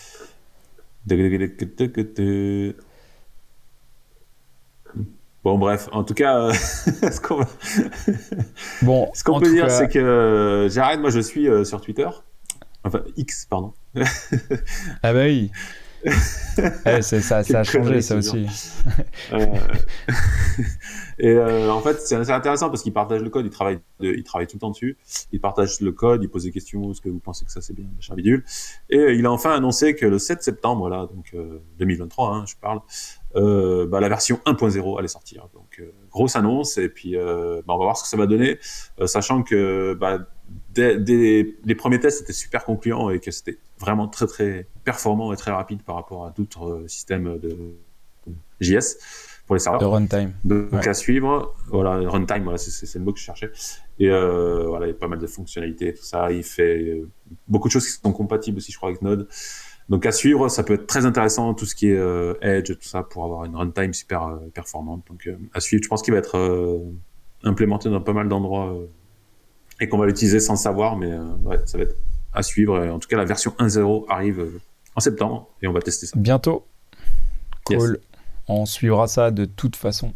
Bon, bref, en tout cas, euh, ce qu'on va- Bon, ce qu'on en peut tout dire, c'est cas, que euh, Jared, moi, je suis euh, sur Twitter. Enfin, X, pardon. ah bah oui, eh, c'est, ça, ça Quelle a changé connerie, ça ce genre. aussi. Euh, Et euh, en fait, c'est assez intéressant parce qu'il partage le code, il travaille, de, il travaille tout le temps dessus. Il partage le code, il pose des questions, est-ce que vous pensez que ça c'est bien, machin bidule. Et euh, il a enfin annoncé que le sept septembre, là, donc euh, deux mille vingt-trois, hein, je parle, euh, bah, la version un point zéro allait sortir. Donc euh, grosse annonce et puis euh, bah, on va voir ce que ça va donner, euh, sachant que bah, dès, dès les premiers tests étaient super concluants et que c'était vraiment très très performant et très rapide par rapport à d'autres euh, systèmes de J S pour les De serveurs. runtime. Donc Ouais. à suivre, voilà, runtime, voilà, c'est, c'est, c'est le mot que je cherchais. Et euh, voilà, il y a pas mal de fonctionnalités, tout ça. Il fait euh, beaucoup de choses qui sont compatibles aussi, je crois, avec Node. Donc à suivre, ça peut être très intéressant, tout ce qui est euh, Edge, tout ça, pour avoir une runtime super euh, performante. Donc euh, à suivre, je pense qu'il va être euh, implémenté dans pas mal d'endroits euh, et qu'on va l'utiliser sans le savoir, mais euh, ouais, ça va être à suivre. Et en tout cas, la version un point zéro arrive euh, en septembre et on va tester ça. Bientôt. Cool. Yes. On suivra ça de toute façon.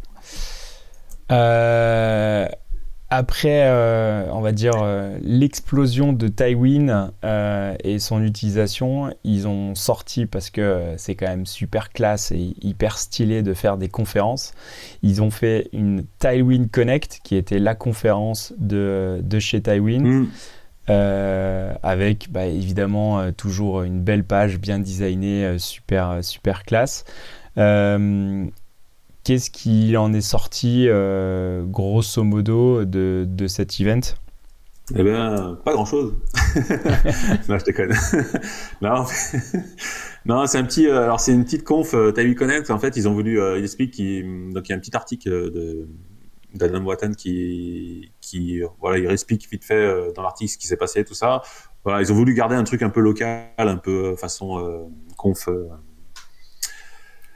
Euh, Après, euh, on va dire, euh, l'explosion de Tailwind euh, et son utilisation, ils ont sorti, parce que euh, c'est quand même super classe et hyper stylé de faire des conférences, ils ont fait une Tailwind Connect, qui était la conférence de, de chez Tailwind, Mmh. euh, avec bah, évidemment euh, toujours une belle page bien designée, euh, super, super classe. Euh, Qu'est-ce qu'il en est sorti, euh, grosso modo, de, de cet event? Eh ben, pas grand-chose. Non, je déconne. Non, non, c'est un petit. euh, Alors, c'est une petite conf. Euh, Tailwind Connect. En fait, ils ont voulu. Euh, il explique qu'il. Donc, il y a un petit article de d'Adam Watan qui, qui, voilà, il explique vite fait euh, dans l'article ce qui s'est passé, tout ça. Voilà, ils ont voulu garder un truc un peu local, un peu euh, façon euh, conf. Euh,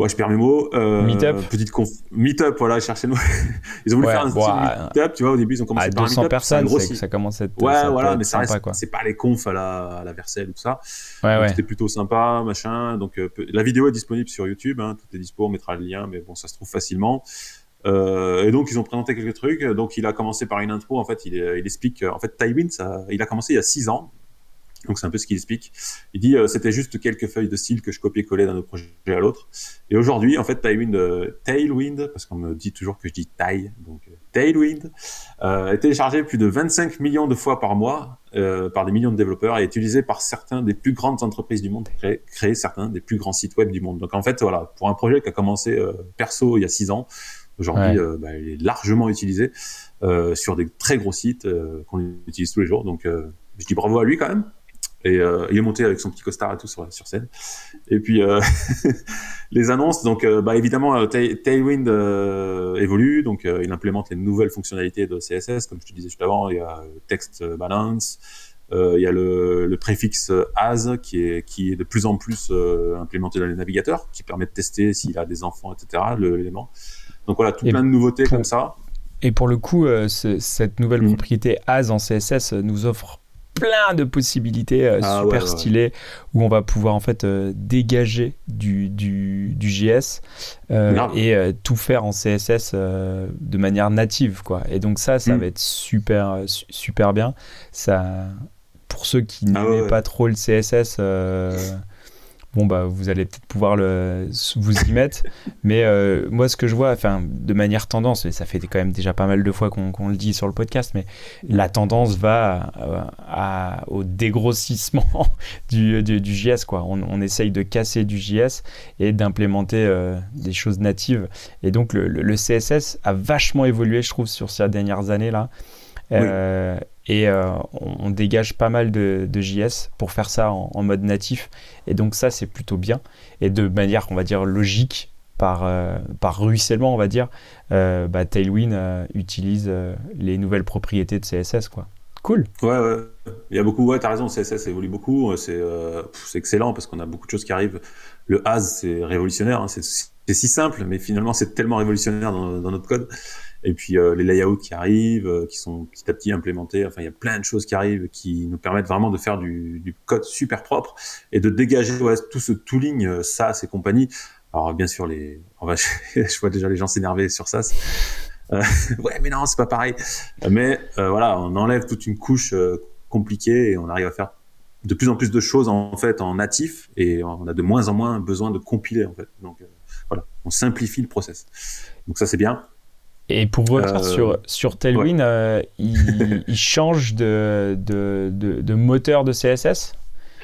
Ouais, je perds mes mots. Euh, Meetup. Petite conf... Meetup, voilà, cherchez-nous. Ils ont voulu Ouais, faire un bon, style Meetup, tu vois, au début, ils ont commencé à par un deux cents Meetup. personnes, ça, c'est, ça commence à être, ouais, ça voilà, peut mais être ça sympa, reste, quoi. c'est pas les confs à la, à la Vercel ou tout ça. Ouais, donc, ouais. c'était plutôt sympa, machin. Donc, euh, la vidéo est disponible sur YouTube, hein, tout est dispo, on mettra le lien, mais bon, ça se trouve facilement. Euh, et donc, ils ont présenté quelques trucs. Donc, il a commencé par une intro. En fait, il, il explique, en fait, Tailwind, ça, il a commencé il y a six ans. Donc c'est un peu ce qu'il explique. Il dit euh, c'était juste quelques feuilles de style que je copiais-collais d'un autre projet à l'autre. Et aujourd'hui, en fait, Tailwind, euh, Tailwind, parce qu'on me dit toujours que je dis taille, donc euh, Tailwind, euh, est téléchargé plus de vingt-cinq millions de fois par mois euh, par des millions de développeurs et est utilisé par certains des plus grandes entreprises du monde, créer, créer certains des plus grands sites web du monde. Donc en fait, voilà, pour un projet qui a commencé euh, perso il y a six ans, aujourd'hui, ouais. euh, bah, il est largement utilisé euh, sur des très gros sites euh, qu'on utilise tous les jours. Donc euh, je dis bravo à lui quand même. Et euh, il est monté avec son petit costard et tout sur, sur scène. Et puis euh, les annonces, donc euh, bah évidemment euh, Tailwind euh, évolue, donc euh, il implémente les nouvelles fonctionnalités de C S S, comme je te disais juste avant. Il y a text balance, euh, il y a le, le préfixe as qui est qui est de plus en plus euh, implémenté dans les navigateurs, qui permet de tester s'il a des enfants, et cetera. Le, l'élément. Donc voilà, tout et plein de nouveautés pour, comme ça. Et pour le coup, euh, ce, cette nouvelle mmh. propriété as en C S S nous offre plein de possibilités euh, ah, super ouais, ouais. stylées où on va pouvoir en fait euh, dégager du, du, du J S euh, et euh, tout faire en C S S euh, de manière native, quoi. Et donc ça, ça mm. va être super, su- super bien. Ça, pour ceux qui ah, n'aimaient ouais, pas ouais. trop le C S S, euh, bon bah vous allez peut-être pouvoir le, vous y mettre, mais euh, moi ce que je vois, enfin de manière tendance, et ça fait quand même déjà pas mal de fois qu'on, qu'on le dit sur le podcast, mais la tendance va à, à, au dégrossissement du, du, du J S, quoi. On, on essaye de casser du J S et d'implémenter euh, des choses natives, et donc le, le, le C S S a vachement évolué, je trouve, sur ces dernières années là. Euh, oui. Et euh, on, on dégage pas mal de, de J S pour faire ça en, en mode natif, et donc ça c'est plutôt bien, et de manière on va dire logique, par, euh, par ruissellement on va dire, euh, bah, Tailwind euh, utilise euh, les nouvelles propriétés de C S S, quoi. Cool. Ouais, ouais, il y a beaucoup, ouais, t'as raison, C S S évolue beaucoup, c'est, euh, c'est excellent parce qu'on a beaucoup de choses qui arrivent. Le as c'est révolutionnaire, hein, c'est, c'est si simple, mais finalement c'est tellement révolutionnaire dans, dans notre code. Et puis euh, les layouts qui arrivent, euh, qui sont petit à petit implémentés. Enfin, il y a plein de choses qui arrivent qui nous permettent vraiment de faire du, du code super propre et de dégager ouais, tout ce tooling, euh, SaaS et compagnie. Alors bien sûr, les, on va, je vois déjà les gens s'énerver sur SaaS. Euh, ouais, mais non, c'est pas pareil. Mais euh, voilà, on enlève toute une couche euh, compliquée et on arrive à faire de plus en plus de choses en, en fait en natif, et on a de moins en moins besoin de compiler en fait. Donc euh, voilà, on simplifie le process. Donc ça c'est bien. Et pour revenir euh, sur, sur Tailwind, ouais. euh, il, il change de, de, de, de moteur de C S S.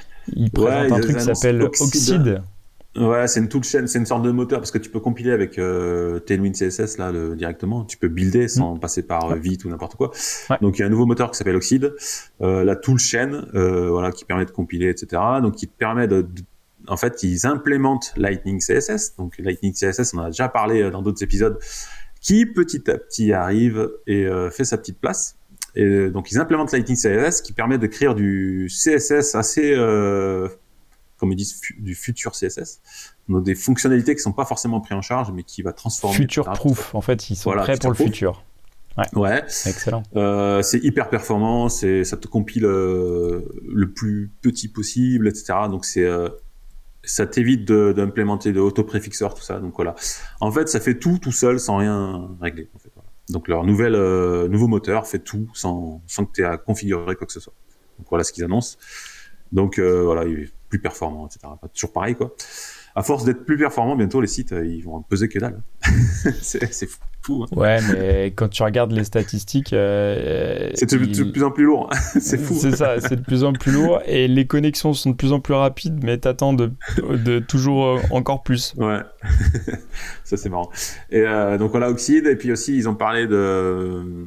Il présente ouais, un truc qui s'appelle Oxide. Oxide. Ouais, c'est une toolchain, c'est une sorte de moteur, parce que tu peux compiler avec euh, Tailwind C S S là le, directement. Tu peux builder sans mmh. passer par ouais. Vite ou n'importe quoi. Ouais. Donc il y a un nouveau moteur qui s'appelle Oxide, euh, la toolchain, euh, voilà, qui permet de compiler, et cetera. Donc qui te permet de, de en fait, ils implémentent Lightning C S S. Donc Lightning C S S, on en a déjà parlé dans d'autres épisodes, qui petit à petit arrive et euh, fait sa petite place. Et donc ils implémentent Lightning C S S qui permet d'écrire du C S S assez, euh, comme ils disent, fu- du futur C S S. Donc des fonctionnalités qui sont pas forcément prises en charge, mais qui va transformer. Future proof, en fait, ils sont voilà, prêts pour le proof. Futur. Ouais. ouais. Excellent. Euh, c'est hyper performant, c'est, ça te compile euh, le plus petit possible, et cetera. Donc c'est euh, ça t'évite de, d'implémenter de autopréfixeurs, tout ça. Donc voilà. En fait, ça fait tout tout seul sans rien régler. En fait, voilà. Donc leur nouvelle, euh, nouveau moteur fait tout sans, sans que tu aies à configurer quoi que ce soit. Donc voilà ce qu'ils annoncent. Donc euh, voilà, il est plus performant, et cetera. Pas toujours pareil, quoi. À force d'être plus performant, bientôt les sites euh, ils vont peser que dalle. c'est, c'est fou. Hein. Ouais, mais quand tu regardes les statistiques, euh, c'est de, il... de plus en plus lourd. c'est fou. C'est ça, c'est de plus en plus lourd et les connexions sont de plus en plus rapides, mais t'attends de, de toujours euh, encore plus. Ouais, ça c'est marrant. Et euh, donc voilà Oxide, et puis aussi ils ont parlé de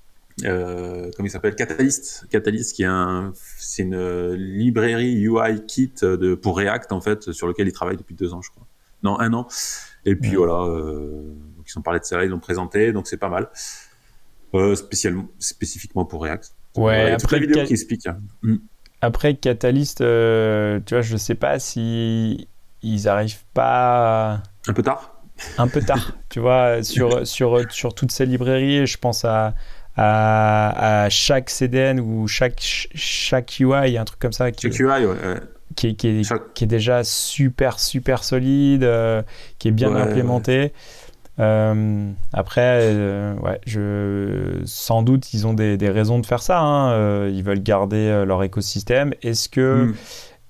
Euh, comment il s'appelle, Catalyst, Catalyst qui est un, c'est une librairie U I kit de pour React en fait, sur lequel ils travaillent depuis deux ans je crois, non un an. Et puis ouais. voilà, euh, donc ils ont parlé de ça, ils l'ont présenté, donc c'est pas mal, euh, spécialement, spécifiquement pour React. Ouais. Il y a toute la vidéo Cal... qui explique. Hein. Après Catalyst, euh, tu vois, je sais pas si ils arrivent pas. À... Un peu tard. Un peu tard, tu vois, sur, sur, sur toutes ces librairies, je pense à, à, à chaque C D N ou chaque, chaque U I, un truc comme ça. Chaque U I, ouais. ouais. Qui est, qui, est, chaque... qui est déjà super, super solide, euh, qui est bien ouais, implémenté. Ouais. Euh, après, euh, ouais, je, sans doute, ils ont des, des raisons de faire ça. Hein. Euh, ils veulent garder leur écosystème. Est-ce que mm.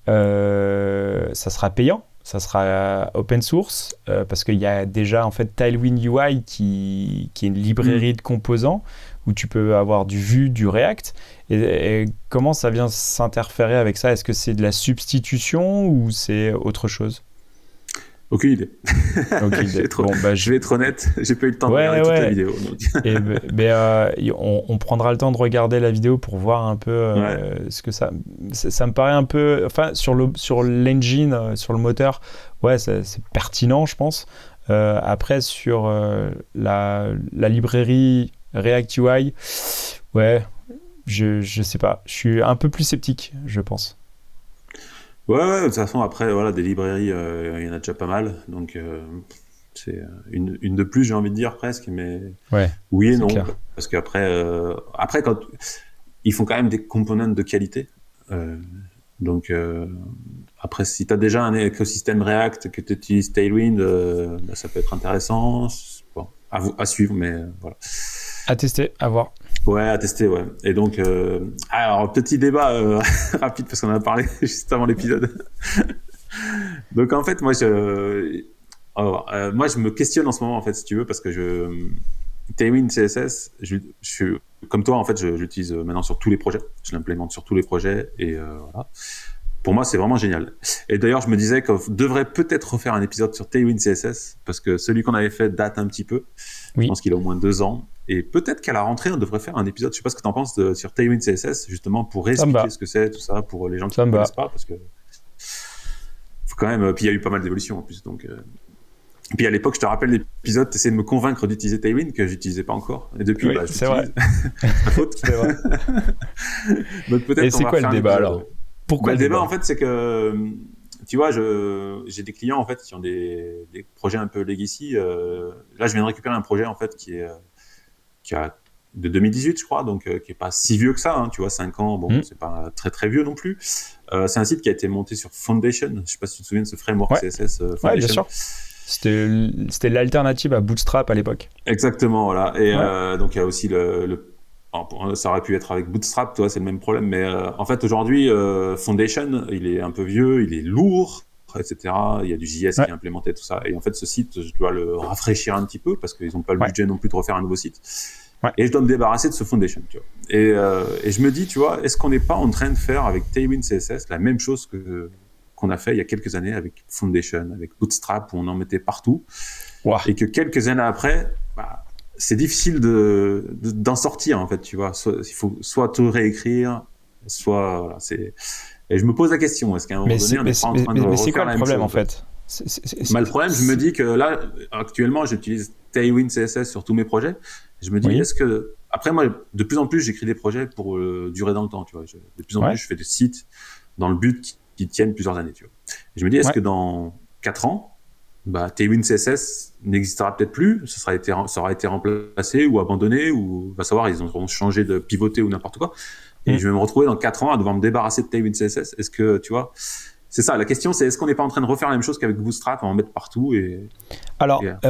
euh, ça sera payant ? Ça sera open source euh, parce qu'il y a déjà en fait Tailwind U I qui, qui est une librairie mm. de composants où tu peux avoir du Vue, du React. Et, et comment ça vient s'interférer avec ça ? Est-ce que c'est de la substitution ou c'est autre chose ? Aucune idée. Aucune idée. trop... bon, bah, je vais être honnête, j'ai pas eu le temps ouais, de regarder ouais. toute la vidéo. Donc. et, mais, euh, on, on prendra le temps de regarder la vidéo pour voir un peu euh, ouais. ce que ça, ça. Ça me paraît un peu. Enfin, sur, le, sur l'engine, euh, sur le moteur, ouais, c'est, c'est pertinent, je pense. Euh, après, sur euh, la, la librairie React U I, ouais, je, je sais pas. Je suis un peu plus sceptique, je pense. Ouais, ouais, de toute façon, après, voilà, des librairies, euh, il y en a déjà pas mal. Donc, euh, c'est une, une de plus, j'ai envie de dire, presque. Mais ouais, oui et non. Clair. Parce qu'après, euh, après, quand, ils font quand même des components de qualité. Euh, donc, euh, après, si tu as déjà un écosystème React, que tu utilises Tailwind, euh, bah, ça peut être intéressant. Bon, à, à suivre, mais euh, voilà. À tester, à voir. Ouais, à tester, ouais. Et donc, euh, alors, petit débat euh, rapide, parce qu'on en a parlé juste avant l'épisode. Donc, en fait, moi, je, alors, euh, moi, je me questionne en ce moment, en fait, si tu veux, parce que je, Tailwind C S S, je, je suis, comme toi, en fait, je, je l'utilise maintenant sur tous les projets. Je l'implémente sur tous les projets, et euh, voilà. Pour moi, c'est vraiment génial. Et d'ailleurs, je me disais qu'on devrait peut-être refaire un épisode sur Tailwind C S S, parce que celui qu'on avait fait date un petit peu. Oui. Je pense qu'il a au moins deux ans. Et peut-être qu'à la rentrée, on devrait faire un épisode, je sais pas ce que tu en penses, de, sur Tailwind C S S, justement, pour réexpliquer ce que c'est, tout ça, pour les gens qui ne connaissent pas, parce que faut quand même. Puis il y a eu pas mal d'évolutions en plus. Donc, euh... Puis à l'époque, je te rappelle l'épisode, tu essayais de me convaincre d'utiliser Tailwind, que j'utilisais pas encore. Et depuis, oui, bah, je c'est vrai. c'est faute. C'est vrai. Donc peut-être Et c'est quoi le débat alors ? Pourquoi bah, le débat, débat en fait, c'est que, tu vois, je, j'ai des clients en fait qui ont des, des projets un peu legacy. Euh, là, je viens de récupérer un projet en fait qui est qui a de deux mille dix-huit, je crois, donc euh, qui est pas si vieux que ça. Hein, tu vois, cinq ans, bon, mmh. c'est pas très très vieux non plus. Euh, c'est un site qui a été monté sur Foundation. Je sais pas si tu te souviens de ce framework ouais. C S S. Euh, ouais, bien sûr. C'était, c'était l'alternative à Bootstrap à l'époque. Exactement, voilà. Et ouais. euh, donc il y a aussi le, le ça aurait pu être avec Bootstrap, toi, c'est le même problème. Mais euh, en fait, aujourd'hui, euh, Foundation, il est un peu vieux, il est lourd, et cetera. Il y a du J S ouais. qui est implémenté, tout ça. Et en fait, ce site, je dois le rafraîchir un petit peu parce qu'ils n'ont pas le ouais. budget non plus de refaire un nouveau site. Ouais. Et je dois me débarrasser de ce Foundation, tu vois. Et, euh, et je me dis, tu vois, est-ce qu'on n'est pas en train de faire avec Tailwind C S S la même chose que qu'on a fait il y a quelques années avec Foundation, avec Bootstrap, où on en mettait partout, wow. et que quelques années après, bah, c'est difficile de, de, d'en sortir, en fait, tu vois. Soit, il faut soit tout réécrire, soit... Voilà, c'est... Et je me pose la question, est-ce qu'à un moment mais donné, on n'est pas en train mais, de mais refaire c'est quoi la le même problème, chose, en fait c'est, c'est, c'est, bah, le problème, je me dis que là, actuellement, j'utilise Tailwind C S S sur tous mes projets. Je me dis, oui. est-ce que... Après, moi, de plus en plus, j'écris des projets pour euh, durer dans le temps, tu vois. Je, de plus en ouais. plus, je fais des sites dans le but qui, qui tiennent plusieurs années, tu vois. Et je me dis, est-ce ouais. que dans quatre ans, bah, Tailwind C S S n'existera peut-être plus, ça, sera été, ça aura été remplacé ou abandonné, ou va savoir, ils auront changé de pivoter ou n'importe quoi. Et mmh. je vais me retrouver dans quatre ans à devoir me débarrasser de Tailwind C S S. Est-ce que, tu vois, c'est ça, la question, c'est est-ce qu'on n'est pas en train de refaire la même chose qu'avec Bootstrap, en mettre partout et... Alors, et...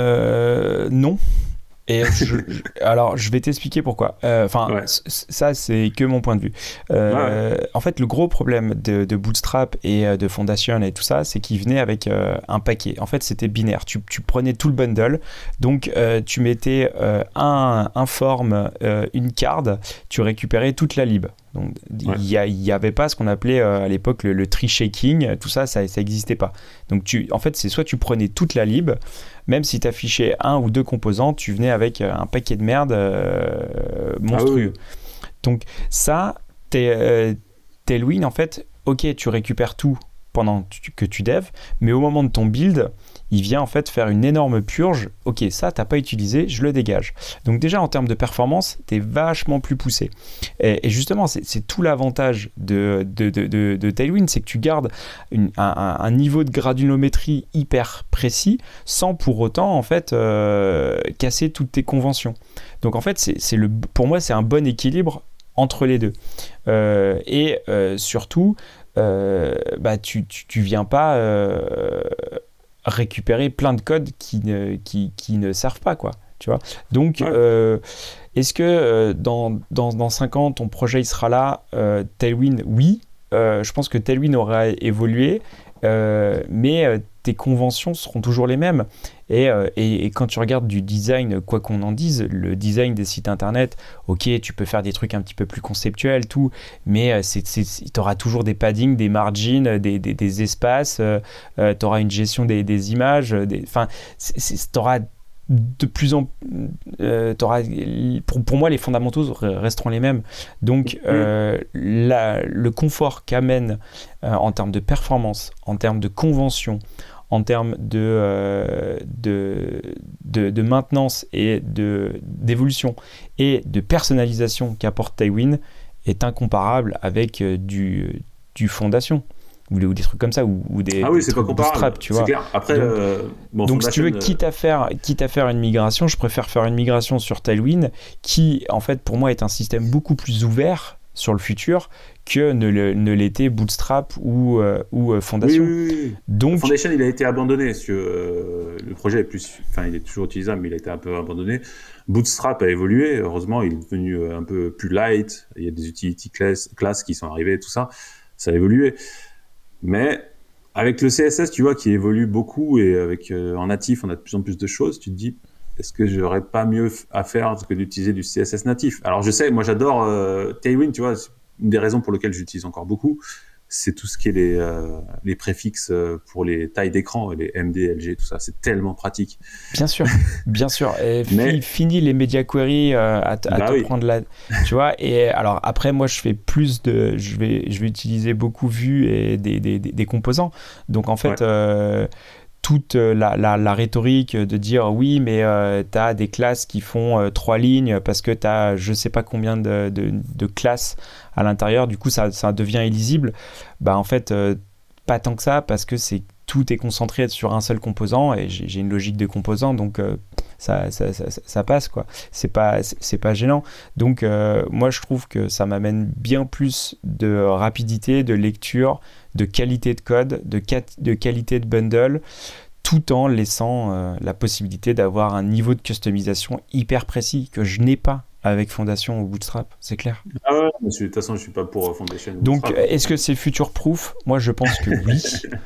Euh, non. Et je, alors, je vais t'expliquer pourquoi. Enfin, euh, ouais. c- ça, c'est que mon point de vue. Euh, ouais. En fait, le gros problème de, de Bootstrap et de Foundation et tout ça, c'est qu'ils venaient avec euh, un paquet. En fait, c'était binaire. Tu, tu prenais tout le bundle. Donc, euh, tu mettais euh, un, un form, euh, une card, tu récupérais toute la lib. Donc, il ouais. n'y avait pas ce qu'on appelait euh, à l'époque le, le tree shaking, tout ça, ça n'existait pas. Donc, tu, en fait, c'est soit tu prenais toute la lib, même si tu affichais un ou deux composants, tu venais avec un paquet de merde euh, monstrueux. Ah oui. Donc, ça, t'es, euh, Tailwind, en fait, ok, tu récupères tout pendant que tu devs, mais au moment de ton build, il vient en fait faire une énorme purge. Ok, ça, tu n'as pas utilisé, je le dégage. Donc déjà, en termes de performance, tu es vachement plus poussé. Et, et justement, c'est, c'est tout l'avantage de, de, de, de, de Tailwind, c'est que tu gardes une, un, un niveau de granulométrie hyper précis, sans pour autant, en fait, euh, casser toutes tes conventions. Donc en fait, c'est, c'est le, pour moi, c'est un bon équilibre entre les deux. Euh, et euh, surtout, euh, bah, tu, tu, tu viens pas... Euh, récupérer plein de codes qui ne, qui, qui ne servent pas, quoi, tu vois. Donc, ouais. euh, est-ce que euh, dans, dans, dans cinq ans, ton projet il sera là euh, Tailwind, oui. Euh, je pense que Tailwind aura évolué, euh, mais euh, tes conventions seront toujours les mêmes. Et, euh, et, et quand tu regardes du design, quoi qu'on en dise, le design des sites internet, ok, tu peux faire des trucs un petit peu plus conceptuels, tout, mais tu auras toujours des paddings, des margins, des, des, des espaces, euh, euh, tu auras une gestion des, des images, enfin, tu auras de plus en euh, t'auras, pour, pour moi les fondamentaux resteront les mêmes, donc euh, la, le confort qu'amène euh, en termes de performance, en termes de convention, en termes de, euh, de, de, de maintenance et de, d'évolution et de personnalisation qu'apporte Tailwind est incomparable avec euh, du, du fondation ou, ou des trucs comme ça ou, ou des, ah oui, des c'est trucs pas comparable, bootstrap, tu c'est vois. Clair. Après, donc, euh, bon, donc si tu veux, euh... quitte à faire quitte à faire une migration, je préfère faire une migration sur Tailwind qui en fait pour moi est un système beaucoup plus ouvert sur le futur que ne, le, ne l'était Bootstrap ou, euh, ou euh, Fondation. Oui, oui, oui. Donc, Foundation, il a été abandonné. Parce que, euh, le projet est plus, enfin, il est toujours utilisable, mais il a été un peu abandonné. Bootstrap a évolué. Heureusement, il est devenu un peu plus light. Il y a des utility class, classes qui sont arrivées, tout ça. Ça a évolué. Mais avec le C S S, tu vois, qui évolue beaucoup et avec euh, en natif, on a de plus en plus de choses. Tu te dis, est-ce que j'aurais pas mieux à faire que d'utiliser du C S S natif? Alors je sais, moi j'adore euh, Tailwind, tu vois, c'est une des raisons pour lesquelles j'utilise encore beaucoup, c'est tout ce qui est les, euh, les préfixes pour les tailles d'écran, les M D, L G, tout ça, c'est tellement pratique. Bien sûr, bien sûr. Et Mais... fini les media queries euh, à, t- à bah te oui. prendre la, tu vois. Et alors après, moi, je fais plus de, je vais, je vais utiliser beaucoup Vue et des, des, des, des composants. Donc en fait. Ouais. Euh, toute la, la, la rhétorique de dire oui mais euh, tu as des classes qui font euh, trois lignes parce que tu as je sais pas combien de, de, de classes à l'intérieur, du coup ça, ça devient illisible, bah en fait euh, pas tant que ça parce que c'est, tout est concentré sur un seul composant et j'ai, j'ai une logique de composant donc euh, ça, ça, ça, ça passe quoi, c'est pas, c'est, c'est pas gênant, donc euh, moi je trouve que ça m'amène bien plus de rapidité, de lecture, de qualité de code, de, cat- de qualité de bundle, tout en laissant euh, la possibilité d'avoir un niveau de customisation hyper précis que je n'ai pas avec Fondation ou Bootstrap, c'est clair. Ah ouais, de toute façon, je ne suis pas pour Fondation. Donc, Bootstrap. Est-ce que c'est future-proof ? Moi, je pense que oui.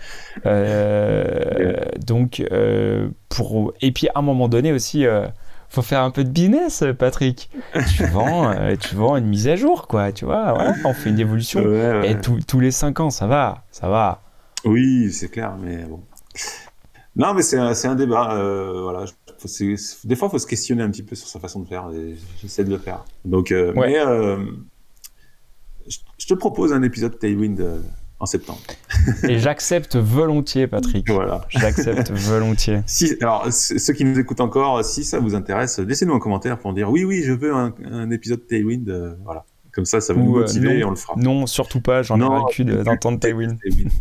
euh, yeah. Donc, euh, pour... Et puis, à un moment donné aussi... Euh, faut faire un peu de business, Patrick. Tu vends, euh, tu vends une mise à jour, quoi. Tu vois, voilà, on fait une évolution. Ouais, ouais. Et tout, tous les cinq ans, ça va, ça va. Oui, c'est clair, mais bon. Non, mais c'est un, c'est un débat. Euh, voilà, faut, c'est, c'est, des fois, il faut se questionner un petit peu sur sa façon de faire. Et j'essaie de le faire. Donc, euh, ouais. mais euh, je, je te propose un épisode Tailwind euh, en septembre. Et j'accepte volontiers, Patrick. Voilà. J'accepte volontiers. Si, alors, ceux qui nous écoutent encore, si ça vous intéresse, laissez-nous un commentaire pour dire oui, oui, je veux un, un épisode Tailwind. Euh, voilà. Comme ça, ça va Ou, nous motiver euh, non, et on le fera. Non, surtout pas. J'en ai ras le cul d'entendre Tailwind.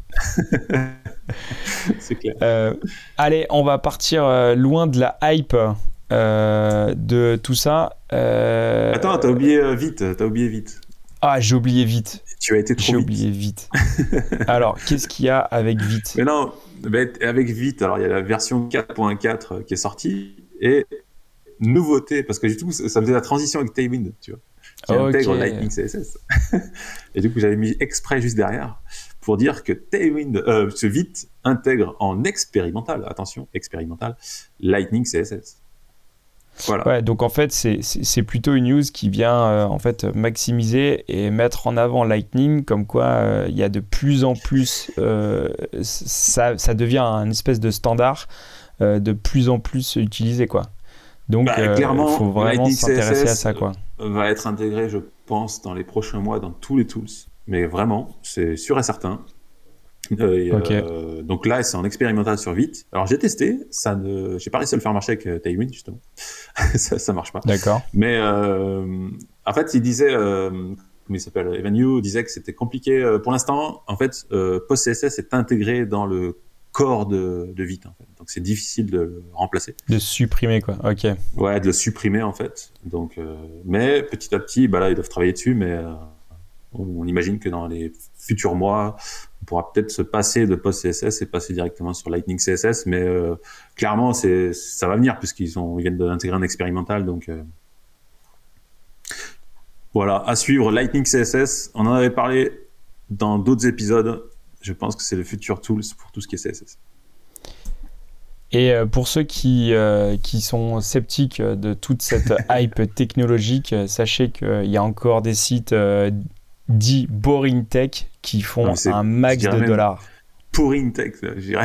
C'est clair. Euh, allez, on va partir euh, loin de la hype euh, de tout ça. Euh... Attends, t'as oublié euh, vite. T'as oublié vite. Ah, j'ai oublié vite. Tu as été trop J'ai vite. oublié vite. Alors, qu'est-ce qu'il y a avec vite ? Mais non, avec vite, alors il y a la version quatre point quatre qui est sortie et nouveauté, parce que du coup, ça faisait la transition avec Tailwind, tu vois, qui okay. intègre Lightning C S S. Et du coup, j'avais mis exprès juste derrière pour dire que Tailwind, euh, ce Vite intègre en expérimental, attention, expérimental, Lightning C S S. Voilà. Ouais, donc en fait, c'est, c'est, c'est plutôt une news qui vient euh, en fait maximiser et mettre en avant Lightning, comme quoi il euh, y a de plus en plus, euh, ça, ça devient un espèce de standard euh, de plus en plus utilisé, quoi. Donc il bah, euh, faut vraiment Lightning s'intéresser C S S à ça, quoi. Va être intégré, je pense, dans les prochains mois dans tous les tools, mais vraiment, c'est sûr et certain. Euh, et, okay. euh, donc là, c'est en expérimental sur Vite. Alors j'ai testé, ça ne, j'ai pas réussi à le faire marcher avec euh, Tailwind justement. ça, ça marche pas. D'accord. Mais euh, en fait, il disait, euh, comment il s'appelle, Evan You disait que c'était compliqué euh, pour l'instant. En fait, euh, PostCSS est intégré dans le corps de, de Vite. En fait. Donc c'est difficile de le remplacer. De supprimer quoi. Ok. Ouais, de le supprimer en fait. Donc, euh, mais petit à petit, bah là, ils doivent travailler dessus, mais euh, on, on imagine que dans les futurs mois, on pourra peut-être se passer de PostCSS et passer directement sur Lightning C S S, mais euh, clairement, c'est, ça va venir puisqu'ils ont, ils viennent d'intégrer un expérimental, donc euh, voilà, à suivre Lightning C S S. On en avait parlé dans d'autres épisodes. Je pense que c'est le futur tools pour tout ce qui est C S S. Et pour ceux qui, euh, qui sont sceptiques de toute cette hype technologique, sachez qu'il y a encore des sites euh, dits boring tech qui font non, un max de dollars. Pouring tech, je dirais.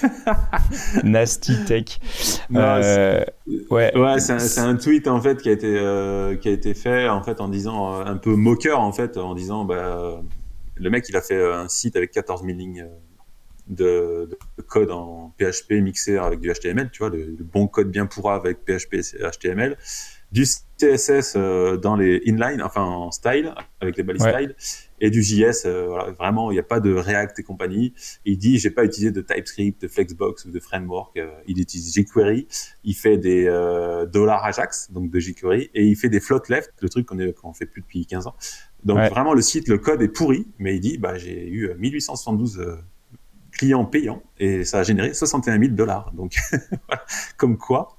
Nasty tech. Non, euh, c'est, ouais, ouais c'est, un, c'est un tweet en fait qui a été euh, qui a été fait en fait en disant euh, un peu moqueur en fait en disant bah euh, le mec il a fait un site avec quatorze mille lignes de, de code en P H P mixé avec du H T M L, tu vois, le, le bon code bien pourra avec P H P et H T M L, du C S S euh, dans les inline, enfin en style, avec les balises ouais. style, et du J S, euh, voilà, vraiment, il n'y a pas de React et compagnie. Il dit, j'ai pas utilisé de TypeScript, de Flexbox ou de framework, euh, il utilise jQuery, il fait des euh, dollars Ajax, donc de jQuery, et il fait des float left, le truc qu'on, est, qu'on fait plus depuis quinze ans. Donc ouais. vraiment, le site, le code est pourri, mais il dit, bah, j'ai eu mille huit cent soixante-douze euh, clients payants et ça a généré soixante et un mille dollars. Donc, comme quoi.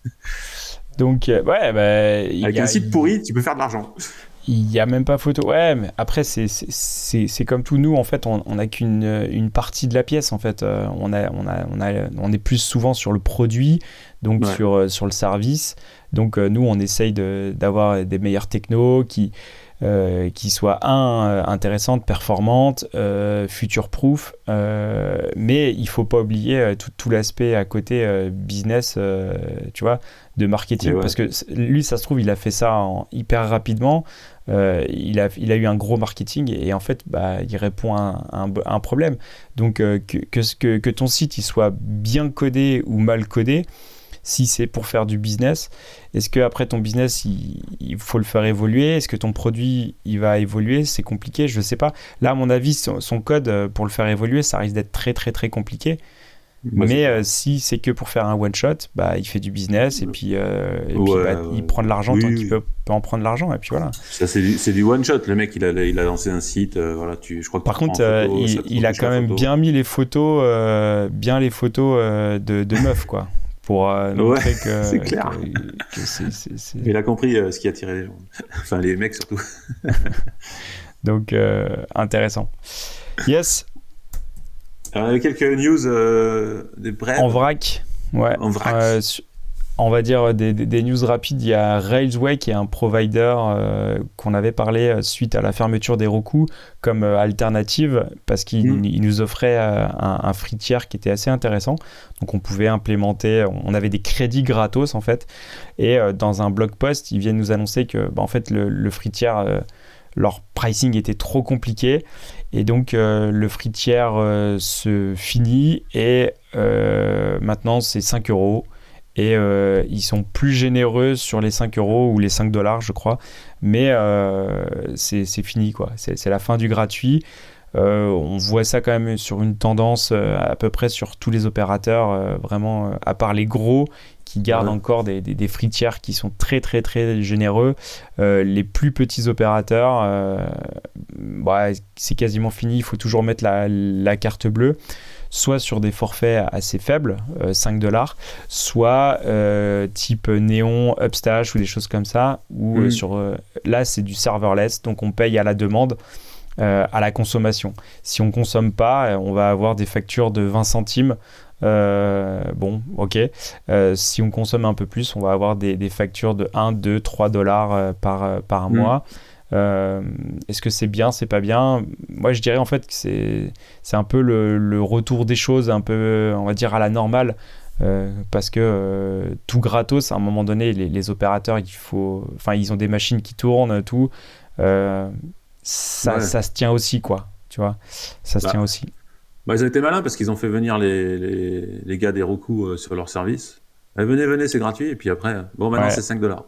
Donc, euh, ouais, bah, avec a, un site pourri, il... tu peux faire de l'argent. Il n'y a même pas photo. Ouais, mais après, c'est, c'est, c'est, c'est comme tout. Nous, en fait, on n'a qu'une une partie de la pièce. En fait, euh, on, a, on, a, on, a, on est plus souvent sur le produit, donc ouais. sur, sur le service. Donc, euh, nous, on essaye de, d'avoir des meilleurs technos qui, euh, qui soient, un, intéressantes, performantes, euh, future-proof. Euh, mais il ne faut pas oublier euh, tout, tout l'aspect à côté euh, business, euh, tu vois, de marketing. Ouais. Parce que lui, ça se trouve, il a fait ça en, hyper rapidement. Euh, il, a, il a eu un gros marketing et en fait bah, il répond à un, un, un problème. Donc euh, que, que, que ton site il soit bien codé ou mal codé, si c'est pour faire du business, est-ce qu'après ton business il, il faut le faire évoluer? Est-ce que ton produit il va évoluer? C'est compliqué, je ne sais pas. Là à mon avis son, son code pour le faire évoluer ça risque d'être très très très compliqué. Moi, mais euh, si c'est que pour faire un one shot, bah il fait du business et puis, euh, et ouais, puis bah, il prend de l'argent oui, tant qu'il oui. peut, peut en prendre de l'argent et puis voilà. Ça c'est du, c'est du one shot. Le mec il a il a lancé un site, euh, voilà tu, je crois que par contre euh, photo, il, il a quand même photo. bien mis les photos, euh, bien les photos euh, de, de meufs quoi, pour euh, montrer ouais, que c'est clair. Que, que c'est, c'est, c'est... Il a compris euh, ce qui attirait les gens, enfin les mecs surtout. Donc euh, intéressant. Yes. Alors, il y avait quelques news euh, des brèves. En vrac, ouais. En vrac. Euh, on va dire des, des, des news rapides. Il y a Railsway qui est un provider euh, qu'on avait parlé suite à la fermeture des Roku comme euh, alternative parce qu'il mmh. il nous offrait euh, un, un free tier qui était assez intéressant. Donc on pouvait implémenter, on avait des crédits gratos en fait. Et euh, dans un blog post, ils viennent nous annoncer que bah, en fait le, le free tier, euh, leur pricing était trop compliqué. Et donc, euh, le free tier euh, se finit et euh, maintenant, c'est cinq euros. Et euh, ils sont plus généreux sur les cinq euros ou les cinq dollars, je crois. Mais euh, c'est, c'est fini, quoi. C'est, c'est la fin du gratuit. Euh, on voit ça quand même sur une tendance euh, à peu près sur tous les opérateurs, euh, vraiment, euh, à part les gros, qui gardent ouais. encore des, des, des free tiers qui sont très très très généreux. Euh, les plus petits opérateurs, euh, bah, c'est quasiment fini, il faut toujours mettre la, la carte bleue, soit sur des forfaits assez faibles, euh, cinq dollars, soit euh, type Néon, Upstash ou des choses comme ça, où mmh. euh, sur, euh, là c'est du serverless, donc on paye à la demande. Euh, à la consommation. Si on ne consomme pas, on va avoir des factures de vingt centimes. Euh, bon, ok. Euh, si on consomme un peu plus, on va avoir des, des factures de un, deux, trois dollars par, par mmh. mois. Euh, est-ce que c'est bien, c'est pas bien? Moi, je dirais en fait que c'est, c'est un peu le, le retour des choses, un peu, on va dire, à la normale. Euh, parce que euh, tout gratos, à un moment donné, les, les opérateurs, il faut, enfin, ils ont des machines qui tournent, tout. Euh, Ça, ouais. ça se tient aussi, quoi. Tu vois, ça se bah, tient aussi. Bah, ils ont été malins parce qu'ils ont fait venir les, les, les gars des Roku euh, sur leur service. Eh, venez, venez, c'est gratuit. Et puis après, euh, bon, maintenant Ouais, c'est cinq dollars.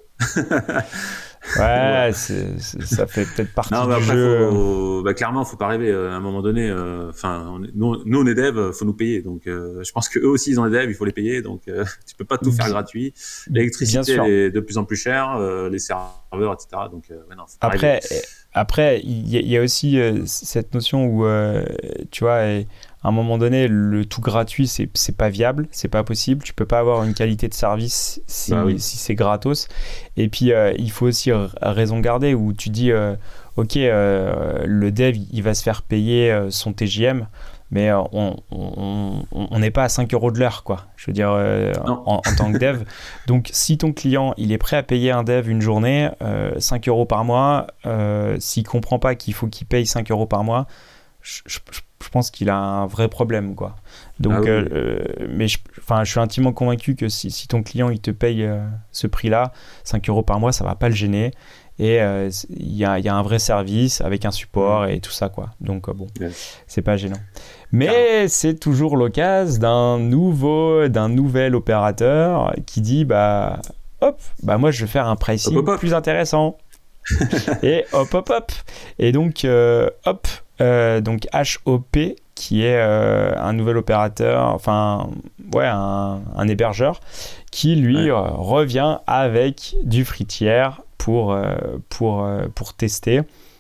ouais, Voilà. c'est, c'est- ça fait peut-être partie Non, mais du après, jeu. faut, bah, clairement, faut pas rêver. euh, À un moment donné, euh, enfin, on est- nous, nous, on est dev, faut nous payer. Donc, euh, je pense que eux aussi, ils ont des devs, il faut les payer. Donc, euh, tu peux pas tout faire Bi- gratuit. Bien L'électricité, elle sûr. est de plus en plus chère, euh, les serveurs, et cetera. Donc, euh, ouais, non, faut pas rêver. Après, eh, après, il y, a il y a aussi euh, cette notion où, euh, tu vois, eh, à un moment donné, le tout gratuit, c'est c'est pas viable, c'est pas possible. Tu peux pas avoir une qualité de service Bah si, oui. si c'est gratos. Et puis, euh, il faut aussi r- raison garder où tu dis, euh, ok, euh, le dev, il va se faire payer euh, son T J M, mais euh, on on- on- on n'est pas à cinq euros de l'heure, quoi. Je veux dire, euh, Non. en, en tant que dev. Donc, si ton client, il est prêt à payer un dev une journée, euh, cinq euros par mois, euh, s'il comprend pas qu'il faut qu'il paye cinq euros par mois, je, je- je pense qu'il a un vrai problème, quoi. Ah Donc, oui. euh, Oui. euh, mais je, enfin, je suis intimement convaincu que si, si ton client, il te paye euh, ce prix-là, cinq euros par mois, ça va pas le gêner. Et euh, c'est- il y a, il y a un vrai service avec un support Mhm. et tout ça, quoi. Donc, euh, bon, Yes. c'est pas gênant. Carrément. Mais c'est toujours l'occasion d'un nouveau, d'un nouvel opérateur qui dit, bah, hop, bah moi je vais faire un Hop, pricing hop, hop. plus intéressant. Et hop, hop, hop. Et donc, euh, hop, euh, donc H O P, qui est euh, un nouvel opérateur, enfin, ouais, un, un hébergeur, qui lui Ouais. euh, revient avec du free tiers pour, euh, pour, euh, pour tester,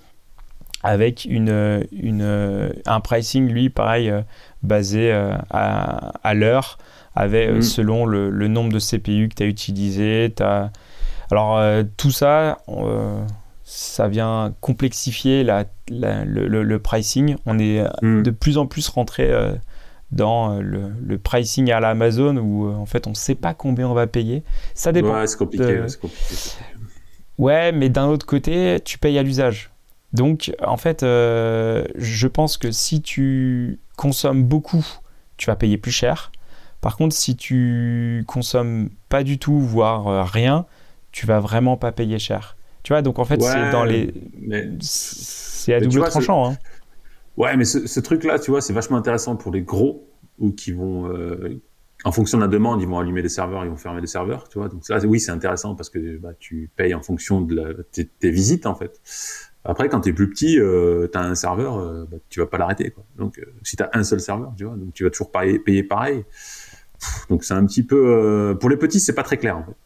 avec une, une, un pricing, lui, pareil, euh, basé euh, à, à l'heure, avec, euh, Mhm. selon le, le nombre de C P U que tu as utilisé. T'as... Alors, euh, tout ça, euh, ça vient complexifier la, la- le, le- le pricing. On est Mhm. de plus en plus rentré euh, dans euh, le, le pricing à l'Amazon où, euh, en fait, on ne sait pas combien on va payer. Ça dépend. Ouais, c'est compliqué. de- ouais, C'est compliqué. c'est compliqué. Ouais, mais d'un autre côté, tu payes à l'usage. Donc, en fait, euh, je pense que si tu consommes beaucoup, tu vas payer plus cher. Par contre, si tu consommes pas du tout, voire euh, rien, tu vas vraiment pas payer cher. Tu vois, donc en fait, c'est dans Ouais, les... mais, C'est à mais tu double vois, ce, tranchant, hein. ouais, mais ce, ce truc-là, tu vois, c'est vachement intéressant pour les gros ou qui vont, euh, en fonction de la demande, ils vont allumer des serveurs, ils vont fermer des serveurs, tu vois. Donc ça, oui, c'est intéressant parce que bah, tu payes en fonction de la, tes, tes visites, en fait. Après, quand tu es plus petit, euh, tu as un serveur, euh, bah, tu vas pas l'arrêter, quoi. Donc, euh, si tu as un seul serveur, tu vois, donc tu vas toujours payer, payer pareil. Pff, donc c'est un petit peu, euh, pour les petits, c'est pas très clair, en fait.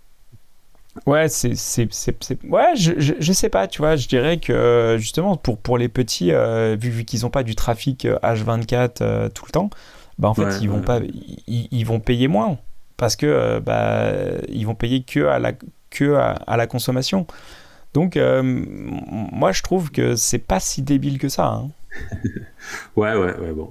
Ouais, c'est, c'est, c'est, c'est- ouais, je, je, je sais pas, tu vois, je dirais que euh, justement pour, pour les petits, euh, vu, vu qu'ils n'ont pas du trafic euh, H vingt-quatre euh, tout le temps, bah en Ouais, fait ils vont ouais, pas, ouais. ils, ils vont payer moins parce que euh, bah ils vont payer que à la que à, à la consommation. Donc euh, m- moi je trouve que c'est pas si débile que ça, hein. Ouais, ouais, ouais, bon.